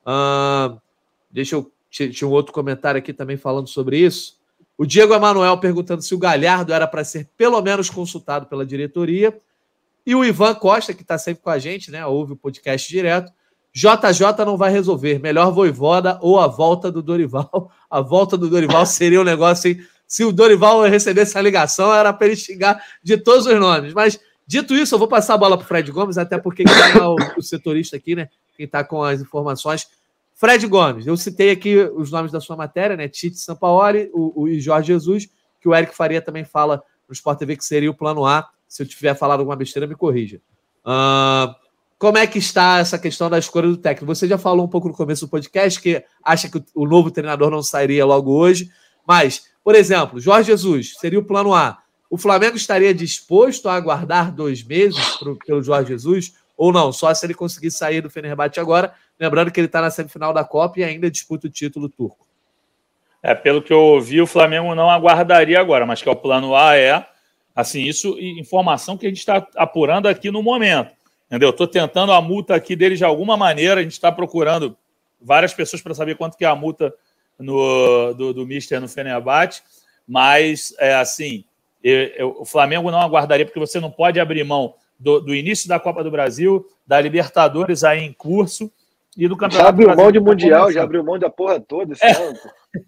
S1: Tinha um outro comentário aqui também falando sobre isso. O Diego Emanuel perguntando se o Galhardo era para ser pelo menos consultado pela diretoria. E o Ivan Costa, que está sempre com a gente, ouve o podcast direto. JJ não vai resolver. Melhor Voivoda ou a volta do Dorival. A volta do Dorival seria um negócio assim. Se o Dorival recebesse a ligação, era para ele xingar de todos os nomes. Mas, dito isso, eu vou passar a bola para o Fred Gomes, até porque quem é o setorista aqui, quem está com as informações. Fred Gomes, eu citei aqui os nomes da sua matéria, Tite, Sampaoli e Jorge Jesus, que o Érico Faria também fala no Sport TV que seria o plano A. Se eu tiver falado alguma besteira, me corrija. Como é que está essa questão da escolha do técnico? Você já falou um pouco no começo do podcast que acha que o novo treinador não sairia logo hoje, mas, por exemplo, Jorge Jesus seria o plano A. O Flamengo estaria disposto a aguardar 2 meses pelo Jorge Jesus ou não? Só se ele conseguir sair do Fenerbahçe agora, lembrando que ele está na semifinal da Copa e ainda disputa o título turco.
S3: Pelo que eu ouvi, o Flamengo não aguardaria agora, mas que o plano A assim, isso informação que a gente está apurando aqui no momento. Entendeu? Estou tentando a multa aqui dele de alguma maneira. A gente está procurando várias pessoas para saber quanto que é a multa do Mister no Fenerbahçe. Mas, o Flamengo não aguardaria, porque você não pode abrir mão do início da Copa do Brasil, da Libertadores aí em curso e do Campeonato
S4: Brasileiro. Já abriu mão de Mundial, já abriu mão da porra toda esse ano.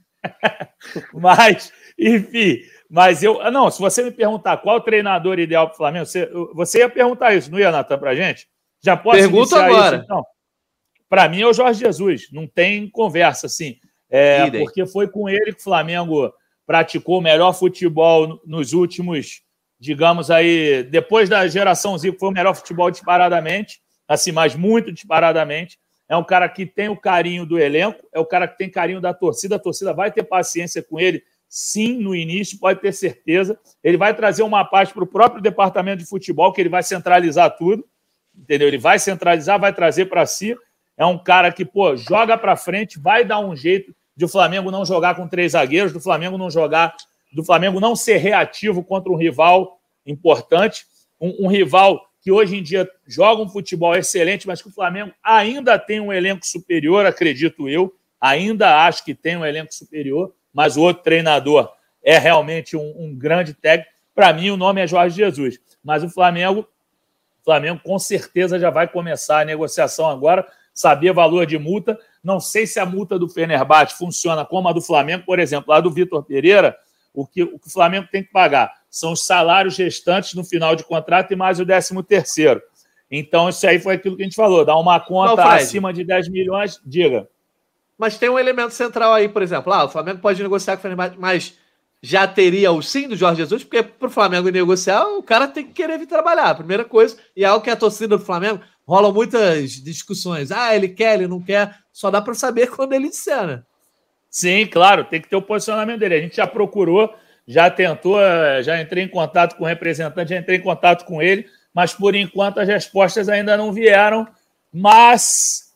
S3: Mas, enfim... Mas se você me perguntar qual o treinador ideal para o Flamengo, você ia perguntar isso, não ia, Natan, para a gente? Já pode
S1: pergunta agora.
S3: Isso, então? Para mim é o Jorge Jesus, não tem conversa, assim. Porque foi com ele que o Flamengo praticou o melhor futebol nos últimos digamos aí, depois da geração Zico, foi o melhor futebol disparadamente, assim, mas muito disparadamente. É um cara que tem o carinho do elenco, é o cara que tem carinho da torcida, a torcida vai ter paciência com ele, sim, no início, pode ter certeza. Ele vai trazer uma paz para o próprio departamento de futebol, que ele vai centralizar tudo, entendeu? Ele vai centralizar, vai trazer para si. É um cara que, joga para frente, vai dar um jeito de o Flamengo não jogar com 3 zagueiros, do Flamengo não ser reativo contra um rival importante, um rival que hoje em dia joga um futebol excelente, mas que o Flamengo ainda tem um elenco superior, acredito eu, ainda acho que tem um elenco superior, mas o outro treinador é realmente um grande técnico. Para mim, o nome é Jorge Jesus, mas o Flamengo com certeza já vai começar a negociação agora, saber valor de multa. Não sei se a multa do Fenerbahçe funciona como a do Flamengo, por exemplo, a do Vitor Pereira, o que o Flamengo tem que pagar são os salários restantes no final de contrato e mais o 13º. Então, isso aí foi aquilo que a gente falou, dá uma conta acima de 10 milhões, diga.
S1: Mas tem um elemento central aí, por exemplo, o Flamengo pode negociar com o Fenerbahçe, mas já teria o sim do Jorge Jesus, porque para o Flamengo negociar, o cara tem que querer vir trabalhar, primeira coisa, e é algo que a torcida do Flamengo rolam muitas discussões. Ele quer, ele não quer, só dá para saber quando ele disser, né?
S3: Sim, claro, tem que ter o posicionamento dele. A gente já procurou, já tentou, já entrei em contato com o representante, já entrei em contato com ele, mas por enquanto as respostas ainda não vieram. Mas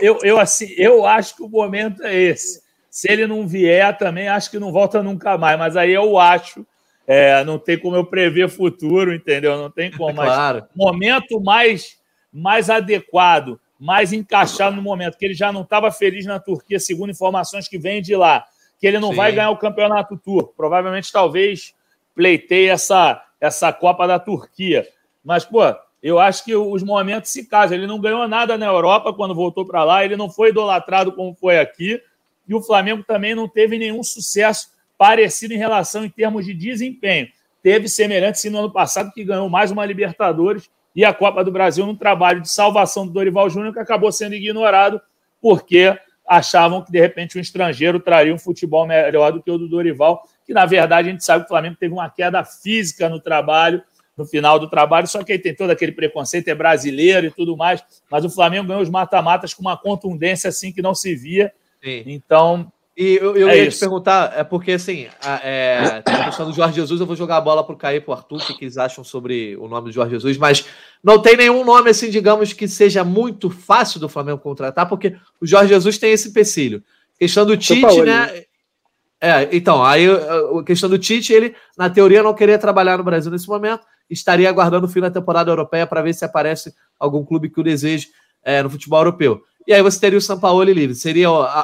S3: eu acho que o momento é esse. Se ele não vier, também acho que não volta nunca mais. Mas aí eu acho, não tem como eu prever futuro, entendeu? Não tem como.
S1: Claro.
S3: Mas momento mais adequado, mais encaixado no momento, que ele já não estava feliz na Turquia, segundo informações que vêm de lá, que ele não vai ganhar o campeonato turco. Provavelmente, talvez, pleiteie essa Copa da Turquia. Mas, eu acho que os momentos se casam. Ele não ganhou nada na Europa quando voltou para lá, ele não foi idolatrado como foi aqui, e o Flamengo também não teve nenhum sucesso parecido em termos de desempenho. Teve semelhante, sim, no ano passado, que ganhou mais uma Libertadores e a Copa do Brasil num trabalho de salvação do Dorival Júnior, que acabou sendo ignorado porque achavam que, de repente, um estrangeiro traria um futebol melhor do que o do Dorival, que, na verdade, a gente sabe que o Flamengo teve uma queda física no trabalho, no final do trabalho, só que aí tem todo aquele preconceito, é brasileiro e tudo mais, mas o Flamengo ganhou os mata-matas com uma contundência assim que não se via. Sim. Então...
S1: E eu ia te perguntar, porque assim, tem a questão do Jorge Jesus, eu vou jogar a bola pro Caí e pro Arthur, o que eles acham sobre o nome do Jorge Jesus, mas não tem nenhum nome, assim, digamos, que seja muito fácil do Flamengo contratar, porque o Jorge Jesus tem esse empecilho. Questão do Tite, né? Então, aí a questão do Tite, ele, na teoria, não queria trabalhar no Brasil nesse momento, estaria aguardando o fim da temporada europeia para ver se aparece algum clube que o deseje no futebol europeu. E aí você teria o Sampaoli livre. Seria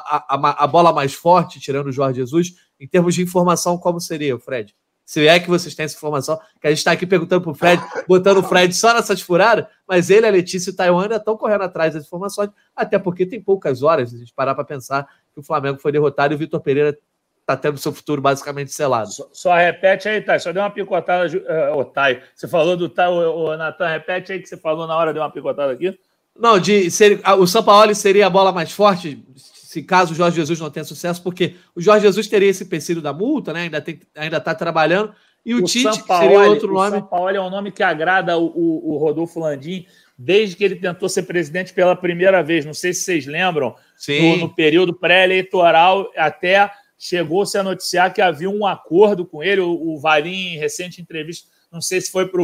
S1: a bola mais forte, tirando o Jorge Jesus, em termos de informação, como seria, Fred? Se é que vocês têm essa informação, que a gente está aqui perguntando para o Fred, botando o Fred só nessas furadas, mas ele, a Letícia e o Taiwan ainda estão correndo atrás das informações, até porque tem poucas horas, a gente parar para pensar que o Flamengo foi derrotado e o Vitor Pereira está tendo seu futuro basicamente selado.
S3: Só repete aí, Thay. Só deu uma picotada, Thay. Você falou do Thay, Natan, repete aí que você falou na hora, deu uma picotada aqui.
S1: Não, o Sampaoli seria a bola mais forte, se caso o Jorge Jesus não tenha sucesso, porque o Jorge Jesus teria esse empecilho da multa, né? Ainda está trabalhando, e o Tite
S3: Sampaoli,
S1: seria outro nome.
S3: O Sampaoli é um nome que agrada o Rodolfo Landim, desde que ele tentou ser presidente pela primeira vez. Não sei se vocês lembram, no período pré-eleitoral, até chegou-se a noticiar que havia um acordo com ele. O Valim, em recente entrevista, não sei se foi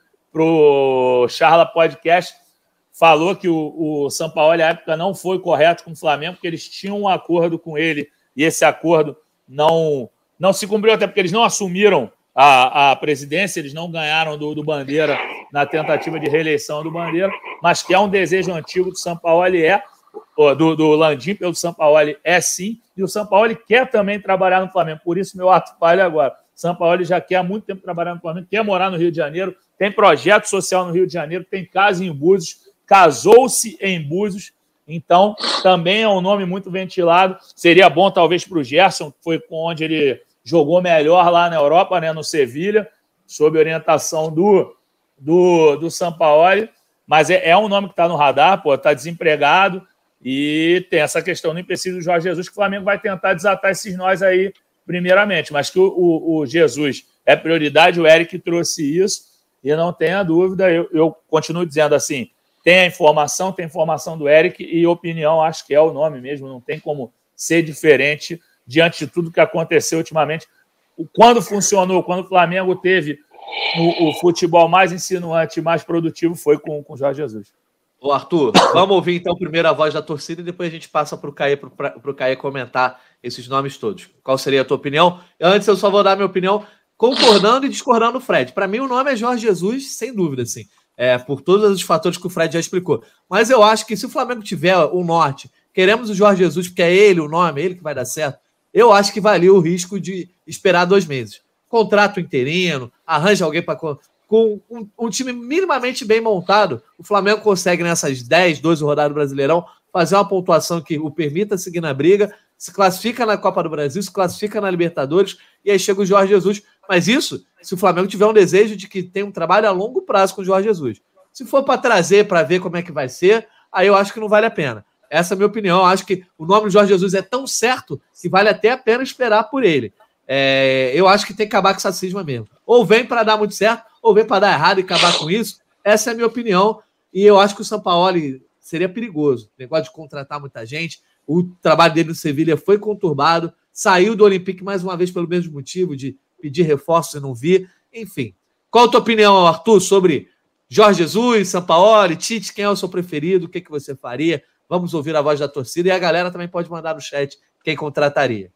S3: pro Charla Podcast, falou que o Sampaoli, à época, não foi correto com o Flamengo, porque eles tinham um acordo com ele e esse acordo não se cumpriu, até porque eles não assumiram a presidência, eles não ganharam do Bandeira na tentativa de reeleição do Bandeira, mas que é um desejo antigo do Sampaoli, do Landim pelo Sampaoli, sim, e o Sampaoli quer também trabalhar no Flamengo, por isso meu ato falha agora. O Sampaoli já quer há muito tempo trabalhar no Flamengo, quer morar no Rio de Janeiro, tem projeto social no Rio de Janeiro, tem casa em Búzios, casou-se em Búzios, então também é um nome muito ventilado. Seria bom talvez para o Gerson, que foi onde ele jogou melhor lá na Europa, né, no Sevilha, sob orientação do Sampaoli, mas é um nome que está no radar, está desempregado, e tem essa questão do empecilho do Jorge Jesus, que o Flamengo vai tentar desatar esses nós aí primeiramente, mas que o Jesus é prioridade. O Eric trouxe isso e não tenha dúvida, eu continuo dizendo assim, tem a informação do Eric e opinião, acho que é o nome mesmo, não tem como ser diferente diante de tudo que aconteceu ultimamente. Quando funcionou, quando o Flamengo teve o futebol mais insinuante, mais produtivo, foi com o Jorge Jesus.
S1: Ô, Arthur, vamos ouvir então primeiro a voz da torcida e depois a gente passa para o Caê comentar esses nomes todos. Qual seria a tua opinião? Antes eu só vou dar minha opinião concordando e discordando do Fred. Para mim o nome é Jorge Jesus, sem dúvida, assim. Por todos os fatores que o Fred já explicou. Mas eu acho que se o Flamengo tiver o norte, queremos o Jorge Jesus porque é ele o nome, é ele que vai dar certo, eu acho que valia o risco de esperar 2 meses. Contrato interino, arranja alguém para... Com um time minimamente bem montado, o Flamengo consegue nessas 10, 12 rodadas do Brasileirão fazer uma pontuação que o permita seguir na briga, se classifica na Copa do Brasil, se classifica na Libertadores, e aí chega o Jorge Jesus. Mas isso, se o Flamengo tiver um desejo de que tem um trabalho a longo prazo com o Jorge Jesus. Se for para trazer, para ver como é que vai ser, aí eu acho que não vale a pena. Essa é a minha opinião. Eu acho que o nome do Jorge Jesus é tão certo que vale até a pena esperar por ele. Eu acho que tem que acabar com essa cisma mesmo. Ou vem para dar muito certo, ou vem para dar errado e acabar com isso. Essa é a minha opinião. E eu acho que o Sampaoli seria perigoso. O negócio de contratar muita gente. O trabalho dele no Sevilha foi conturbado. Saiu do Olympique mais uma vez pelo mesmo motivo de pedir reforços e não vir. Enfim. Qual a tua opinião, Arthur, sobre Jorge Jesus, Sampaoli, Tite? Quem é o seu preferido? O que você faria? Vamos ouvir a voz da torcida. E a galera também pode mandar no chat quem contrataria.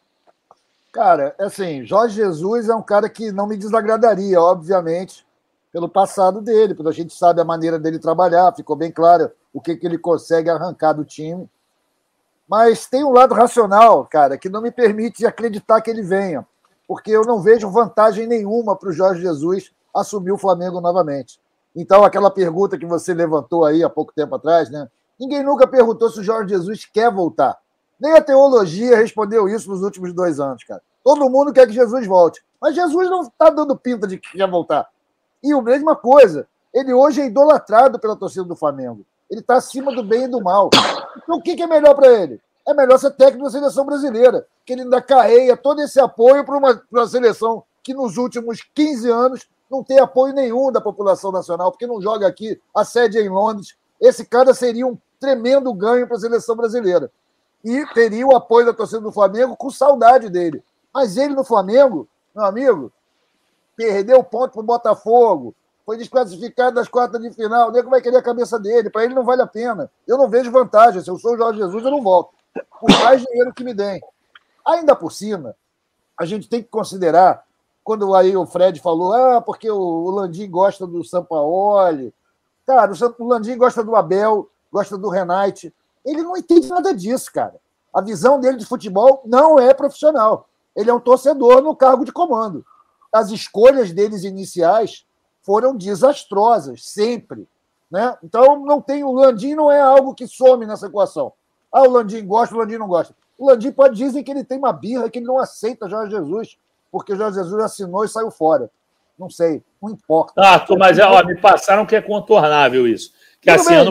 S2: Cara, assim, Jorge Jesus é um cara que não me desagradaria, obviamente, pelo passado dele, porque a gente sabe a maneira dele trabalhar, ficou bem claro o que ele consegue arrancar do time. Mas tem um lado racional, cara, que não me permite acreditar que ele venha, porque eu não vejo vantagem nenhuma para o Jorge Jesus assumir o Flamengo novamente. Então, aquela pergunta que você levantou aí há pouco tempo atrás, né? Ninguém nunca perguntou se o Jorge Jesus quer voltar. Nem a teologia respondeu isso nos últimos 2 anos, cara. Todo mundo quer que Jesus volte. Mas Jesus não está dando pinta de que quer voltar. E a mesma coisa, ele hoje é idolatrado pela torcida do Flamengo. Ele está acima do bem e do mal. Então o que é melhor para ele? É melhor ser técnico da seleção brasileira, que ele ainda carrega todo esse apoio para uma seleção que nos últimos 15 anos não tem apoio nenhum da população nacional, porque não joga aqui, a sede é em Londres. Esse cara seria um tremendo ganho para a seleção brasileira. E teria o apoio da torcida do Flamengo com saudade dele. Mas ele no Flamengo, meu amigo, perdeu ponto para o Botafogo, foi desclassificado das quartas de final, o nego vai querer a cabeça dele, para ele não vale a pena. Eu não vejo vantagem, se eu sou o Jorge Jesus, eu não volto. Por mais dinheiro que me deem. Ainda por cima, a gente tem que considerar, quando aí o Fred falou, porque o Landim gosta do Sampaoli, cara, o Landim gosta do Abel, gosta do Renate. Ele não entende nada disso, cara. A visão dele de futebol não é profissional. Ele é um torcedor no cargo de comando. As escolhas deles iniciais foram desastrosas, sempre. Né? Então, o Landim não é algo que some nessa equação. O Landim gosta, o Landim não gosta. O Landim dizem que ele tem uma birra, que ele não aceita Jorge Jesus, porque o Jorge Jesus assinou e saiu fora. Não sei, não importa.
S3: Mas me passaram que é contornável isso. Que
S2: Tudo
S3: assim,
S2: bem,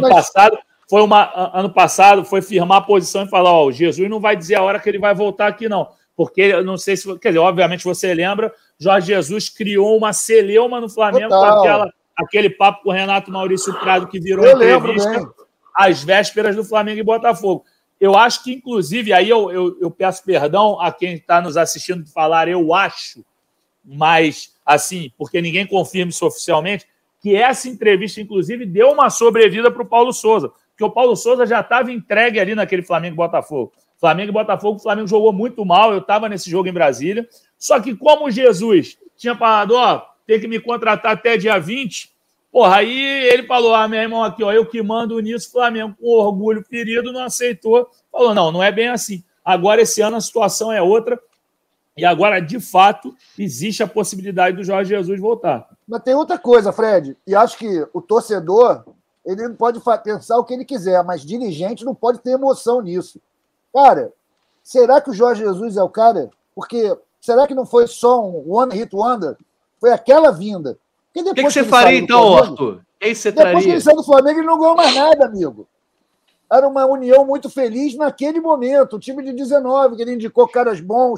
S3: ano passado foi firmar a posição e falar, o Jesus não vai dizer a hora que ele vai voltar aqui, não. Porque eu não sei se... Quer dizer, obviamente você lembra, Jorge Jesus criou uma celeuma no Flamengo com aquele papo com o Renato Maurício Prado que virou entrevista às vésperas do Flamengo e Botafogo. Eu acho que, inclusive, aí eu peço perdão a quem está nos assistindo de falar, eu acho, mas, assim, porque ninguém confirma isso oficialmente, que essa entrevista, inclusive, deu uma sobrevida para o Paulo Souza, porque o Paulo Souza já estava entregue ali naquele Flamengo e Botafogo. Flamengo e Botafogo, o Flamengo jogou muito mal, eu estava nesse jogo em Brasília, só que como o Jesus tinha falado, tem que me contratar até dia 20, aí ele falou, meu irmão, aqui, eu que mando nisso, o Flamengo com orgulho ferido não aceitou, falou, não é bem assim. Agora, esse ano, a situação é outra, e agora, de fato, existe a possibilidade do Jorge Jesus voltar.
S2: Mas tem outra coisa, Fred, e acho que o torcedor, ele não pode pensar o que ele quiser, mas dirigente não pode ter emoção nisso. Cara, será que o Jorge Jesus é o cara? Porque será que não foi só um One Hit Wonder? Foi aquela vinda.
S1: O que você faria, então, Arthur? Quem você traria?
S2: Depois que ele saiu do Flamengo, ele não ganhou mais nada, amigo. Era uma união muito feliz naquele momento. O time de 19, que ele indicou caras bons,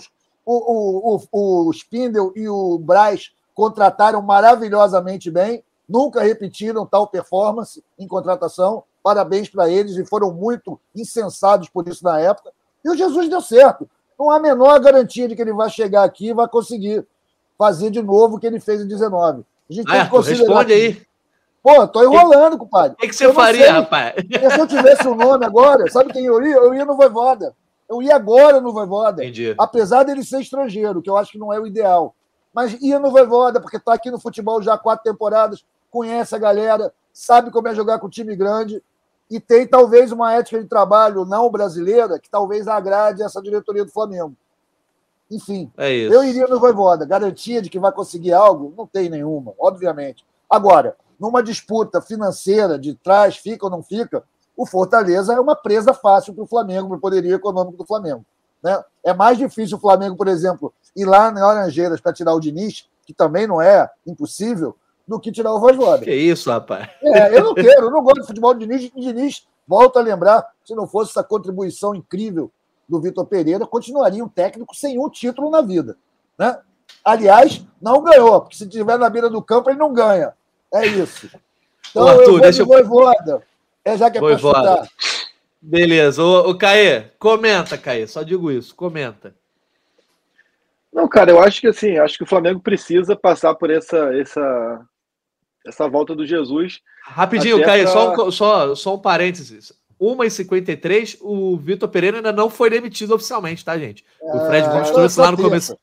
S2: O Spindle e o Braz contrataram maravilhosamente bem, nunca repetiram tal performance em contratação. Parabéns para eles e foram muito insensados por isso na época. E o Jesus deu certo. Não há a menor garantia de que ele vai chegar aqui e vai conseguir fazer de novo o que ele fez em 19. A gente tem que considerar.
S1: Responde aí.
S2: Pô, tô enrolando, compadre.
S1: O que você faria, rapaz?
S2: Se eu tivesse um nome agora, sabe quem eu ia? Eu ia no Vojvoda. Eu ia agora no Vojvoda.
S1: Entendi.
S2: Apesar dele ser estrangeiro, que eu acho que não é o ideal. Mas ia no Vojvoda, porque está aqui no futebol já há 4 temporadas, conhece a galera, sabe como é jogar com time grande e tem talvez uma ética de trabalho não brasileira que talvez agrade essa diretoria do Flamengo. Enfim, eu iria no Vojvoda. Garantia de que vai conseguir algo? Não tem nenhuma, obviamente. Agora, numa disputa financeira de trás, fica ou não fica, o Fortaleza é uma presa fácil para o Flamengo, para o poderio econômico do Flamengo. Né? É mais difícil o Flamengo, por exemplo, ir lá em Laranjeiras para tirar o Diniz, que também não é impossível, do que tirar o Vojvoda.
S1: Que isso, rapaz?
S2: Eu não gosto de futebol do Diniz. Diniz, volto a lembrar, se não fosse essa contribuição incrível do Vitor Pereira, continuaria um técnico sem um título na vida. Né? Aliás, não ganhou, porque se estiver na beira do campo, ele não ganha. É isso. Então,
S1: Arthur,
S2: eu vou Vojvoda. Já que é para chutar.
S1: Beleza. Ô, Caê, comenta, Caê. Só digo isso, comenta.
S4: Não, cara, eu acho que assim, acho que o Flamengo precisa passar por essa volta do Jesus.
S1: Rapidinho, Caê, só um parênteses. 1h53, o Vitor Pereira ainda não foi demitido oficialmente, tá, gente? O Fred Gomes trouxe lá no começo.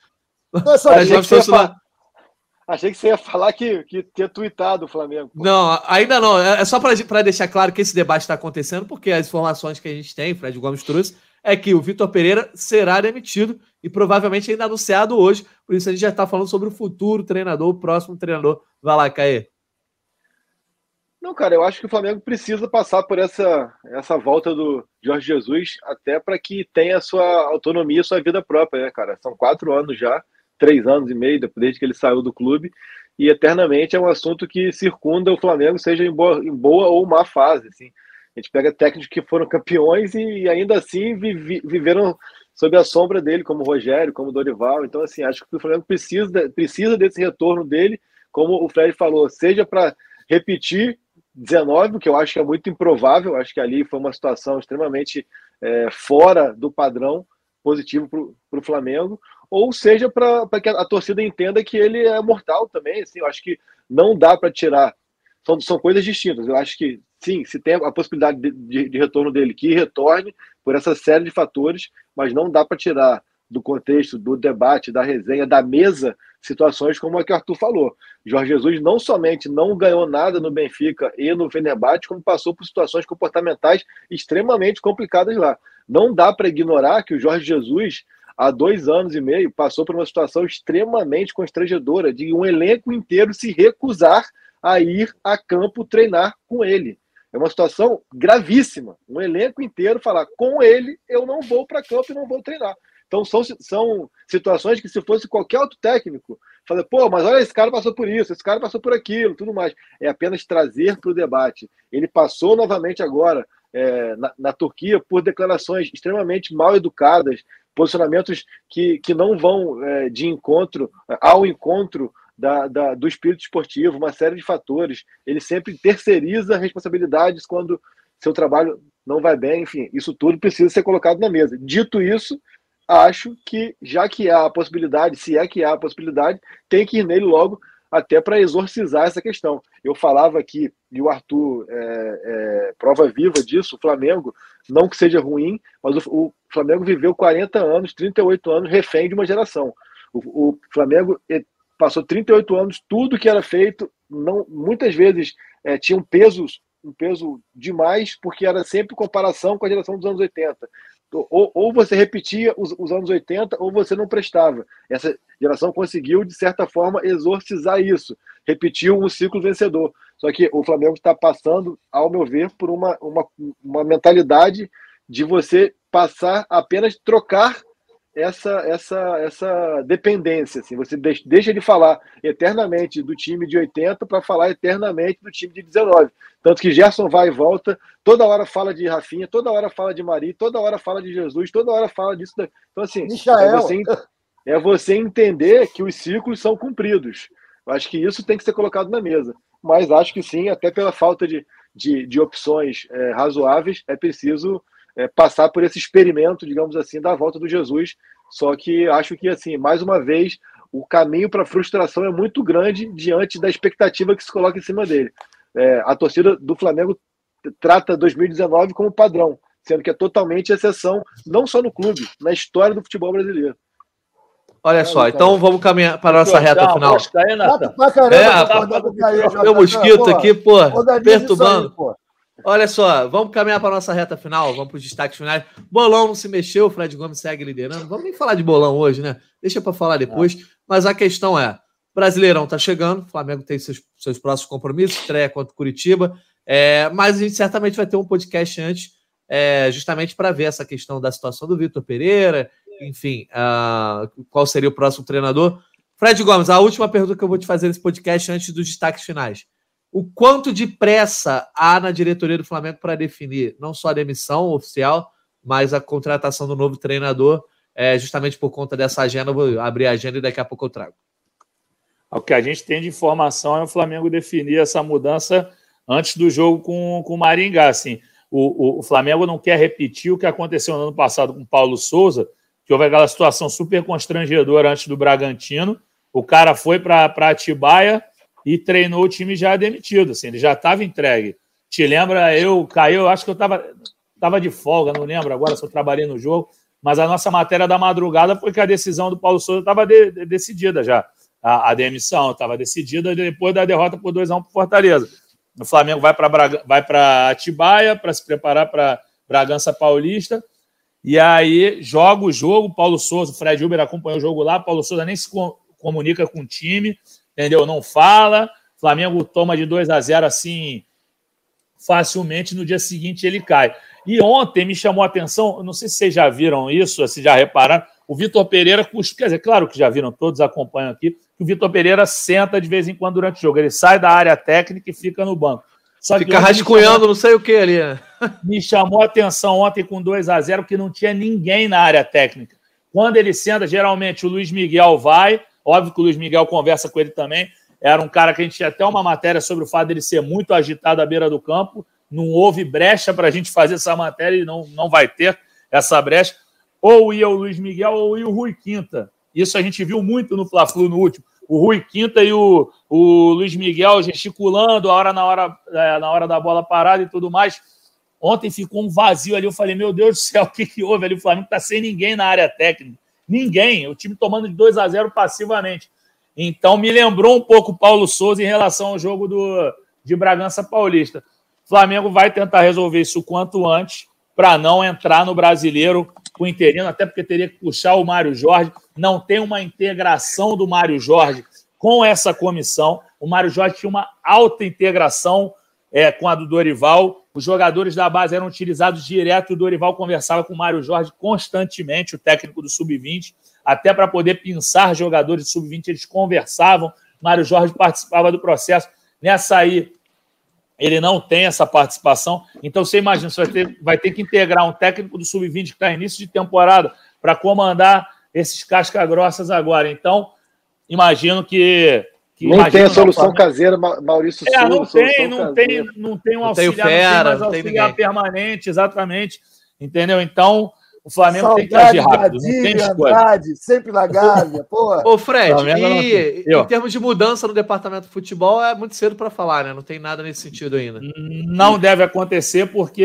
S4: Achei que você ia falar que tinha tuitado o Flamengo. Pô.
S1: Não, ainda não. É só para deixar claro que esse debate está acontecendo, porque as informações que a gente tem, Fred Gomes trouxe, é que o Vitor Pereira será demitido e provavelmente ainda anunciado hoje. Por isso a gente já está falando sobre o futuro treinador, o próximo treinador. Vai lá, Caê.
S4: Não, cara, eu acho que o Flamengo precisa passar por essa volta do Jorge Jesus, até para que tenha a sua autonomia, a sua vida própria, né, cara? São 4 anos já, 3 anos e meio desde que ele saiu do clube, e eternamente é um assunto que circunda o Flamengo, seja em boa ou má fase, assim. A gente pega técnicos que foram campeões e ainda assim viveram sob a sombra dele, como o Rogério, como o Dorival. Então, assim, acho que o Flamengo precisa desse retorno dele, como o Fred falou, seja para repetir 19, que eu acho que é muito improvável, acho que ali foi uma situação extremamente fora do padrão positivo para o Flamengo, ou seja, para que a torcida entenda que ele é mortal também. Assim, eu acho que não dá para tirar. São coisas distintas. Eu acho que, sim, se tem a possibilidade de retorno dele, que retorne por essa série de fatores, mas não dá para tirar do contexto, do debate, da resenha, da mesa, situações como a que o Arthur falou. Jorge Jesus não somente não ganhou nada no Benfica e no Fenerbahçe, como passou por situações comportamentais extremamente complicadas lá. Não dá para ignorar que o Jorge Jesus, há 2 anos e meio, passou por uma situação extremamente constrangedora de um elenco inteiro se recusar a ir a campo treinar com ele. É uma situação gravíssima. Um elenco inteiro falar, com ele eu não vou para campo e não vou treinar. Então são situações que, se fosse qualquer outro técnico, fala, pô, mas olha, esse cara passou por isso, esse cara passou por aquilo, tudo mais. É apenas trazer para o debate. Ele passou novamente agora na Turquia por declarações extremamente mal educadas, posicionamentos que não vão de encontro ao encontro do espírito esportivo, uma série de fatores. Ele sempre terceiriza responsabilidades quando seu trabalho não vai bem, enfim, isso tudo precisa ser colocado na mesa. Dito isso, acho que, já que há a possibilidade, se é que há a possibilidade, tem que ir nele logo, até para exorcizar essa questão. Eu falava aqui, e o Arthur prova viva disso, o Flamengo, não que seja ruim, mas o Flamengo viveu 40 anos, 38 anos, refém de uma geração. O Flamengo passou 38 anos, tudo que era feito, muitas vezes tinha um peso demais, porque era sempre comparação com a geração dos anos 80. Ou você repetia os anos 80, ou você não prestava. Essa geração conseguiu, de certa forma, exorcizar isso. Repetiu um ciclo vencedor. Só que o Flamengo está passando, ao meu ver, por uma mentalidade de você passar a apenas trocar essa dependência. Assim. Você deixa de falar eternamente do time de 80 para falar eternamente do time de 19. Tanto que Gerson vai e volta, toda hora fala de Rafinha, toda hora fala de Mari, toda hora fala de Jesus, toda hora fala disso. Então, assim, é você entender que os ciclos são cumpridos. Eu acho que isso tem que ser colocado na mesa. Mas acho que sim, até pela falta de opções razoáveis, é preciso passar por esse experimento, digamos assim, da volta do Jesus. Só que acho que, assim, mais uma vez, o caminho para a frustração é muito grande diante da expectativa que se coloca em cima dele. A torcida do Flamengo trata 2019 como padrão, sendo que é totalmente exceção, não só no clube, na história do futebol brasileiro.
S1: Olha só, então vamos caminhar para a nossa reta final. Meu mosquito aqui, pô, perturbando. Olha só, vamos caminhar para a nossa reta final, vamos para os destaques finais. Bolão não se mexeu, o Fred Gomes segue liderando. Vamos nem falar de bolão hoje, né? Deixa para falar depois. Mas a questão é, Brasileirão tá chegando, o Flamengo tem seus próximos compromissos, estreia contra o Curitiba, mas a gente certamente vai ter um podcast antes, justamente para ver essa questão da situação do Vitor Pereira, enfim, qual seria o próximo treinador. Fred Gomes, a última pergunta que eu vou te fazer nesse podcast antes dos destaques finais. O quanto de pressa há na diretoria do Flamengo para definir não só a demissão oficial, mas a contratação do novo treinador, justamente por conta dessa agenda? Eu vou abrir a agenda e daqui a pouco eu trago.
S3: O que a gente tem de informação é o Flamengo definir essa mudança antes do jogo com o Maringá. Assim, o Flamengo não quer repetir o que aconteceu no ano passado com o Paulo Souza, que houve aquela situação super constrangedora antes do Bragantino. O cara foi para Atibaia e treinou o time já demitido. Assim, ele já estava entregue. Te lembra, Caio, acho que eu estava de folga, não lembro agora se eu trabalhei no jogo, mas a nossa matéria da madrugada foi que a decisão do Paulo Souza estava decidida já. A demissão estava decidida depois da derrota por 2-1 para Fortaleza. O Flamengo vai para Atibaia para se preparar para Bragança Paulista. E aí joga o jogo, Paulo Souza, o Fred Uber acompanhou o jogo lá, Paulo Souza nem se comunica com o time, entendeu? Não fala, Flamengo toma de 2-0 assim, facilmente, no dia seguinte ele cai. E ontem me chamou a atenção, não sei se vocês já viram isso, se já repararam, o Vitor Pereira, quer dizer, claro que já viram, todos acompanham aqui, que o Vitor Pereira senta de vez em quando durante o jogo, ele sai da área técnica e fica no banco. Só
S1: fica rascunhando, não sei o que ali.
S3: Me chamou a atenção ontem com 2-0 que não tinha ninguém na área técnica. Quando ele senta, geralmente o Luiz Miguel vai, óbvio que o Luiz Miguel conversa com ele também, era um cara que a gente tinha até uma matéria sobre o fato dele ser muito agitado à beira do campo, não houve brecha para a gente fazer essa matéria e não vai ter essa brecha. Ou ia o Luiz Miguel ou ia o Rui Quinta. Isso a gente viu muito no Fla-Flu no último. O Rui Quinta e o Luiz Miguel gesticulando na hora da bola parada e tudo mais. Ontem ficou um vazio ali. Eu falei, meu Deus do céu, o que houve ali? O Flamengo está sem ninguém na área técnica. Ninguém. O time tomando de 2-0 passivamente. Então, me lembrou um pouco o Paulo Souza em relação ao jogo de Bragança Paulista. O Flamengo vai tentar resolver isso o quanto antes para não entrar no Brasileiro com o interino, até porque teria que puxar o Mário Jorge. Não tem uma integração do Mário Jorge com essa comissão. O Mário Jorge tinha uma alta integração com a do Dorival. Os jogadores da base eram utilizados direto e o Dorival conversava com o Mário Jorge constantemente, o técnico do Sub-20, até para poder pensar jogadores do Sub-20, eles conversavam. O Mário Jorge participava do processo. Nessa aí, ele não tem essa participação. Então, você imagina, você vai ter que integrar um técnico do Sub-20 que está em início de temporada para comandar esses casca-grossas agora. Então, imagino que
S4: não tem a solução caseira, Maurício Souza.
S3: Não tem um auxiliar, não tem auxiliar permanente, exatamente. Entendeu? Então, o Flamengo
S2: Saudade,
S3: tem que agir rápido. Não tem escolha.
S2: Andrade, sempre na Gávea, porra.
S1: Ô, Fred, em termos de mudança no departamento de futebol, é muito cedo para falar, né? Não tem nada nesse sentido ainda.
S3: Não deve acontecer, porque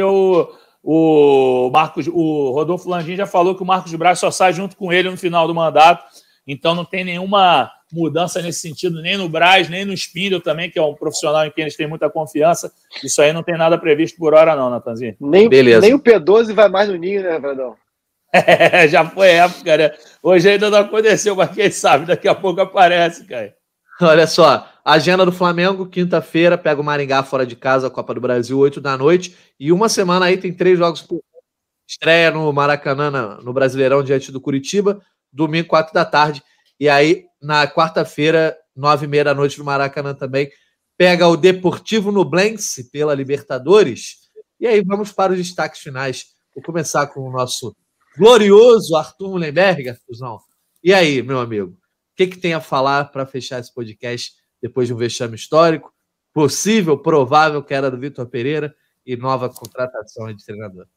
S3: o Rodolfo Landim já falou que o Marcos Braz só sai junto com ele no final do mandato. Então não tem nenhuma mudança nesse sentido, nem no Braz, nem no Spindle também, que é um profissional em quem eles têm muita confiança. Isso aí não tem nada previsto por hora não, Natanzinho.
S4: Nem o P12 vai mais no ninho, né, Fredão?
S3: Já foi época, né? Hoje ainda não aconteceu, mas quem sabe, daqui a pouco aparece, cara.
S1: Olha só, agenda do Flamengo, quinta-feira, pega o Maringá fora de casa, Copa do Brasil, 8 da noite, e uma semana aí tem 3 jogos por estreia no Maracanã, no Brasileirão, diante do Curitiba, domingo, 4 da tarde, e aí, na quarta-feira, 9h30 da noite no Maracanã também, pega o Deportivo Nublense pela Libertadores, e aí vamos para os destaques finais. Vou começar com o nosso glorioso Arthur Mullenberg, Arthurzão. E aí, meu amigo, o que tem a falar para fechar esse podcast depois de um vexame histórico, possível, provável queda do Vitor Pereira e nova contratação de treinador?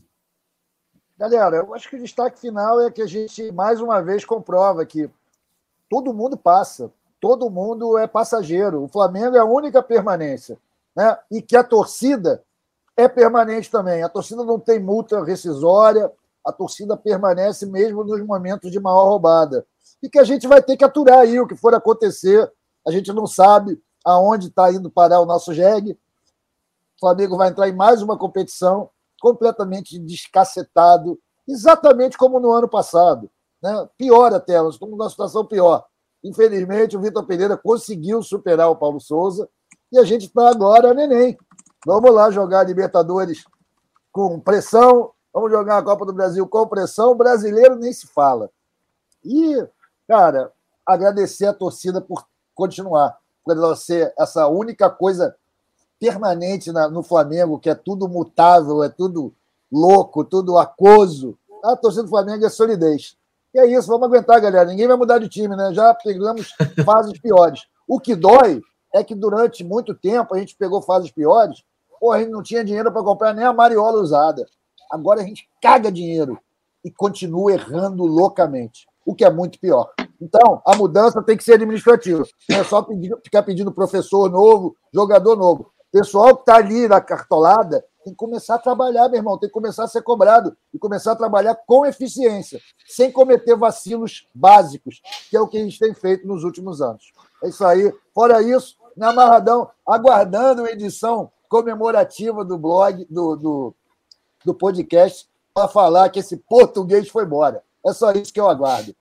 S2: Galera, eu acho que o destaque final é que a gente, mais uma vez, comprova que todo mundo passa, todo mundo é passageiro. O Flamengo é a única permanência, né? E que a torcida é permanente também. A torcida não tem multa rescisória, a torcida permanece mesmo nos momentos de maior roubada. E que a gente vai ter que aturar aí o que for acontecer. A gente não sabe aonde está indo parar o nosso jegue. O Flamengo vai entrar em mais uma competição completamente descacetado, exatamente como no ano passado, né? Pior até, nós estamos numa situação pior. Infelizmente, o Vitor Pereira conseguiu superar o Paulo Souza e a gente está agora neném. Vamos lá jogar a Libertadores com pressão, vamos jogar a Copa do Brasil com pressão, o brasileiro nem se fala. E, cara, agradecer a torcida por continuar, por ela ser essa única coisa permanente no Flamengo, que é tudo mutável, é tudo louco, tudo aquoso. A torcida do Flamengo é solidez. E é isso, vamos aguentar, galera. Ninguém vai mudar de time, né? Já pegamos fases piores. O que dói é que durante muito tempo a gente pegou fases piores, a gente não tinha dinheiro para comprar nem a mariola usada. Agora a gente caga dinheiro e continua errando loucamente, o que é muito pior. Então, a mudança tem que ser administrativa. Não é só ficar pedindo professor novo, jogador novo. O pessoal que está ali na cartolada tem que começar a trabalhar, meu irmão, tem que começar a ser cobrado e começar a trabalhar com eficiência, sem cometer vacilos básicos, que é o que a gente tem feito nos últimos anos. É isso aí. Fora isso, na Amarradão, aguardando a edição comemorativa do blog, do podcast, para falar que esse português foi embora. É só isso que eu aguardo.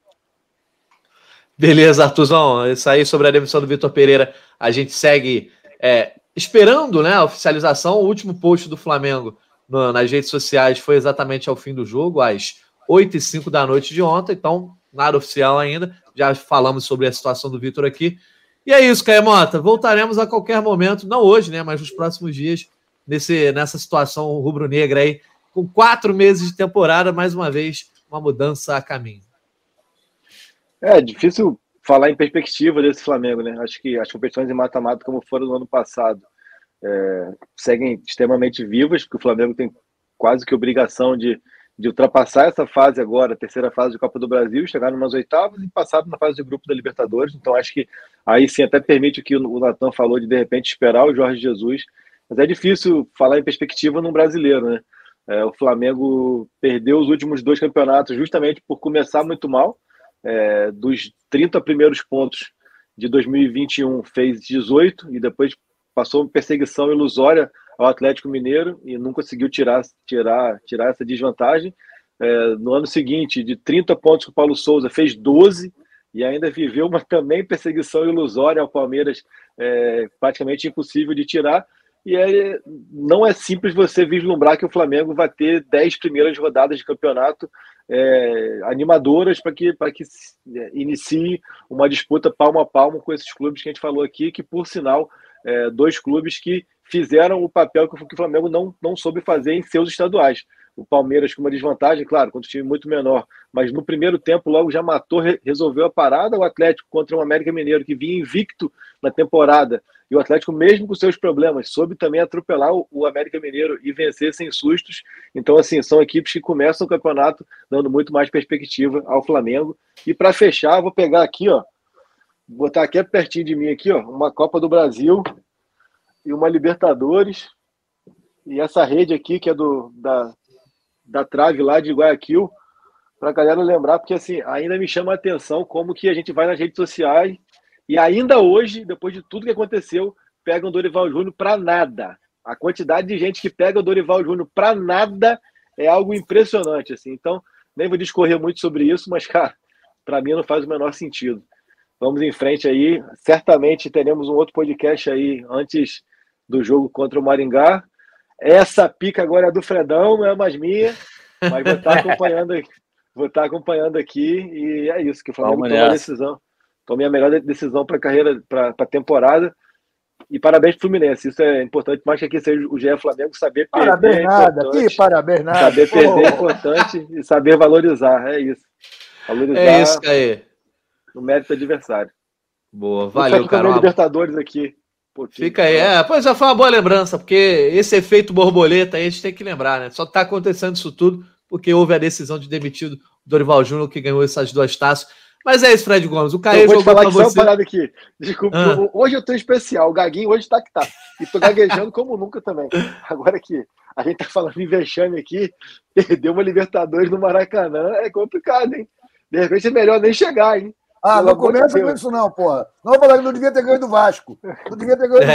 S1: Beleza, Artuzão. Isso aí sobre a demissão do Vitor Pereira. A gente segue esperando, né, a oficialização. O último post do Flamengo nas redes sociais foi exatamente ao fim do jogo, às 8h05 da noite de ontem. Então, nada oficial ainda. Já falamos sobre a situação do Vitor aqui. E é isso, Caio Mota. Voltaremos a qualquer momento, não hoje, né, mas nos próximos dias, nessa situação rubro-negra aí, com 4 meses de temporada, mais uma vez, uma mudança a caminho.
S4: É difícil falar em perspectiva desse Flamengo, né? Acho que as competições em mata-mata, como foram no ano passado, seguem extremamente vivas, porque o Flamengo tem quase que obrigação de ultrapassar essa fase agora, a terceira fase de Copa do Brasil, chegar numas oitavas e passar na fase de grupo da Libertadores. Então, acho que aí sim até permite o que o Natan falou de repente, esperar o Jorge Jesus. Mas é difícil falar em perspectiva num brasileiro, né? O Flamengo perdeu os últimos 2 campeonatos justamente por começar muito mal. Dos 30 primeiros pontos de 2021, fez 18 e depois passou uma perseguição ilusória ao Atlético Mineiro e não conseguiu tirar essa desvantagem. No ano seguinte, de 30 pontos que o Paulo Souza fez 12 e ainda viveu uma também perseguição ilusória ao Palmeiras, praticamente impossível de tirar. E não é simples você vislumbrar que o Flamengo vai ter 10 primeiras rodadas de campeonato animadoras para que inicie uma disputa palmo a palmo com esses clubes que a gente falou aqui, que por sinal, 2 clubes que fizeram o papel que o Flamengo não soube fazer em seus estaduais. O Palmeiras com uma desvantagem, claro, contra um time muito menor, mas no primeiro tempo logo já matou, resolveu a parada. O Atlético contra o América Mineiro, que vinha invicto na temporada, e o Atlético, mesmo com seus problemas, soube também atropelar o América Mineiro e vencer sem sustos. Então, assim, são equipes que começam o campeonato dando muito mais perspectiva ao Flamengo. E para fechar, vou pegar aqui, ó, botar aqui pertinho de mim aqui, ó, uma Copa do Brasil e uma Libertadores. E essa rede aqui, que é da trave lá de Guayaquil, para a galera lembrar, porque assim, ainda me chama a atenção como que a gente vai nas redes sociais e ainda hoje, depois de tudo que aconteceu, pegam o Dorival Júnior para nada. A quantidade de gente que pega o Dorival Júnior para nada é algo impressionante, assim. Então, nem vou discorrer muito sobre isso, mas, cara, para mim não faz o menor sentido. Vamos em frente aí. Certamente teremos um outro podcast aí antes do jogo contra o Maringá. Essa pica agora é do Fredão, não é mais minha, mas vou estar acompanhando aqui e é isso, que o Flamengo tomou a decisão. Tomei a melhor decisão para a carreira, para a temporada. E parabéns pro Fluminense, isso é importante, mais que aqui seja o GE Flamengo, saber
S2: perder. Parabéns nada,
S4: Saber perder é importante e saber valorizar, é isso. Valorizar
S1: É isso, Caê.
S4: o mérito do adversário.
S1: Boa, valeu, cara.
S4: Libertadores aqui.
S1: Fica aí. Pois já foi uma boa lembrança, porque esse efeito borboleta aí a gente tem que lembrar, né? Só tá acontecendo isso tudo porque houve a decisão de demitir o Dorival Júnior, que ganhou essas 2 taças. Mas é isso, Fred Gomes. O Caê jogou pra você. Só uma
S4: parada aqui. Desculpa, hoje eu tô especial. O Gaguinho hoje tá que tá. E tô gaguejando como nunca também. Agora aqui, a gente tá falando em vexame aqui, perdeu uma Libertadores no Maracanã, é complicado, hein? De repente é melhor nem chegar, hein?
S2: Não começa com isso não, porra. Não vou falar que não devia ter ganho do Vasco. Não devia ter ganho do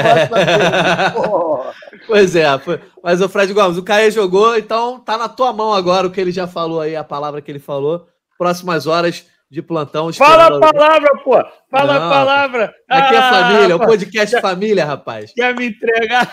S2: Vasco.
S1: Pois é. Mas o Fred Gomes, o Caê jogou, então tá na tua mão agora o que ele já falou aí, a palavra que ele falou. Próximas horas de plantão.
S3: Fala a palavra, pô! Fala a palavra!
S1: Aqui é família, o podcast família, rapaz.
S3: Quer me entregar?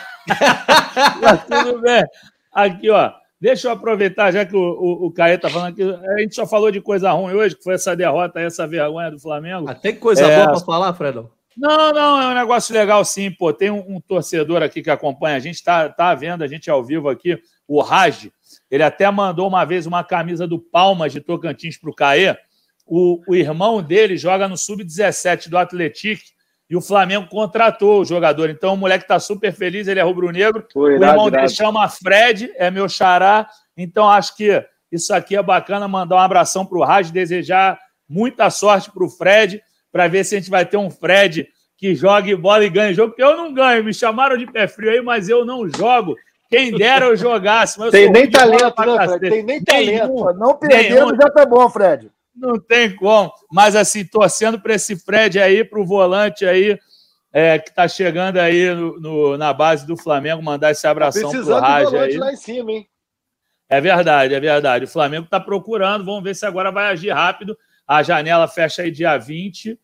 S3: Mas tudo bem. Aqui, ó. Deixa eu aproveitar, já que o Caê tá falando que a gente só falou de coisa ruim hoje, que foi essa derrota, essa vergonha do Flamengo.
S1: Tem coisa boa pra falar, Fredão?
S3: Não, é um negócio legal sim, pô. Tem um torcedor aqui que acompanha a gente, tá vendo a gente ao vivo aqui, o Raj. Ele até mandou uma vez uma camisa do Palmas de Tocantins pro Caê. O irmão dele joga no Sub-17 do Atlético e o Flamengo contratou o jogador. Então o moleque tá super feliz, ele é rubro-negro. O irmão dele chama Fred, é meu xará. Então acho que isso aqui é bacana, mandar um abração pro Raj, desejar muita sorte pro Fred, para ver se a gente vai ter um Fred que jogue bola e ganhe jogo, porque eu não ganho. Me chamaram de pé frio aí, mas eu não jogo. Quem dera eu jogasse. Mas
S2: tem nem talento, né, Fred? Tem nem talento. Não perdendo já tá bom, Fred.
S3: Não tem como. Mas, assim, torcendo para esse Fred aí, para o volante aí, que está chegando aí na base do Flamengo, mandar esse abração para o Raj aí.
S4: Lá em cima, hein?
S3: É verdade, é verdade. O Flamengo está procurando, vamos ver se agora vai agir rápido. A janela fecha aí dia 20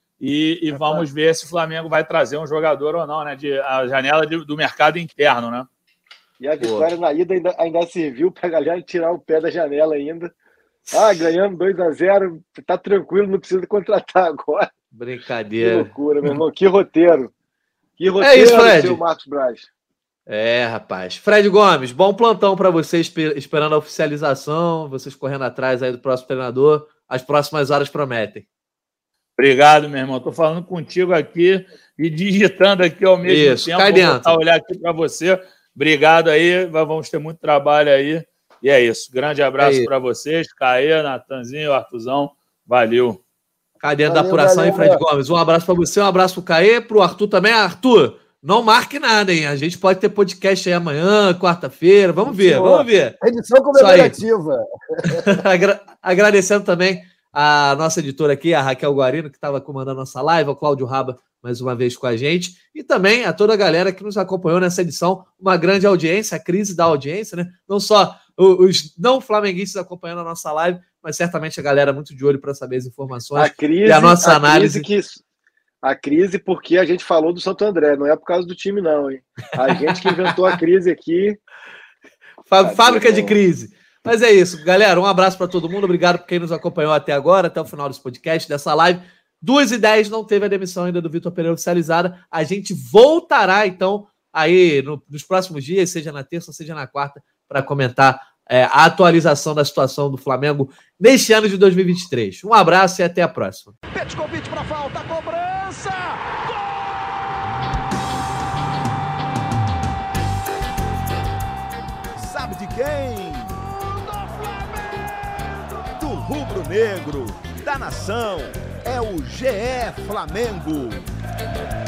S3: e vamos ver se o Flamengo vai trazer um jogador ou não, né? A janela do mercado interno, né?
S4: E a vitória na ida ainda serviu para a galera tirar o pé da janela ainda. Ganhando 2-0, tá tranquilo, não precisa contratar agora.
S1: Brincadeira.
S4: Que loucura, meu irmão. Que roteiro. Que roteiro,
S1: é isso, Fred.
S4: Seu Marcos Braz.
S1: Rapaz. Fred Gomes, bom plantão para vocês, esperando a oficialização, vocês correndo atrás aí do próximo treinador. As próximas horas prometem.
S3: Obrigado, meu irmão. Estou falando contigo aqui e digitando aqui ao mesmo tempo.
S1: Cai dentro.
S3: Vou olhar aqui para você. Obrigado aí, vamos ter muito trabalho aí. E é isso. Grande abraço para vocês. Caê, Natanzinho, Artuzão. Valeu.
S1: Cai dentro da apuração aí, Fred Gomes. Um abraço para você, um abraço para o Caê, para o Arthur também. Arthur, não marque nada, hein? A gente pode ter podcast aí amanhã, quarta-feira. Vamos ver, vamos ver.
S2: Edição comemorativa.
S1: Agradecendo também a nossa editora aqui, a Raquel Guarino, que estava comandando a nossa live, ao Cláudio Raba, mais uma vez com a gente, e também a toda a galera que nos acompanhou nessa edição, uma grande audiência, a crise da audiência, né? Não só os não flamenguistas acompanhando a nossa live, mas certamente a galera muito de olho para saber as informações e a nossa análise.
S4: A crise porque a gente falou do Santo André, não é por causa do time não, hein? A gente que inventou a crise aqui.
S1: Fábrica de crise. Mas é isso, galera. Um abraço para todo mundo. Obrigado por quem nos acompanhou até agora, até o final desse podcast, dessa live. 2h10 não teve a demissão ainda do Vitor Pereira oficializada. A gente voltará, então, aí nos próximos dias, seja na terça, seja na quarta, para comentar a atualização da situação do Flamengo neste ano de 2023. Um abraço e até a próxima.
S5: Petkovic para falta, cobrança! Gol! Sabe de quem? Do rubro-negro, da nação, é o GE Flamengo.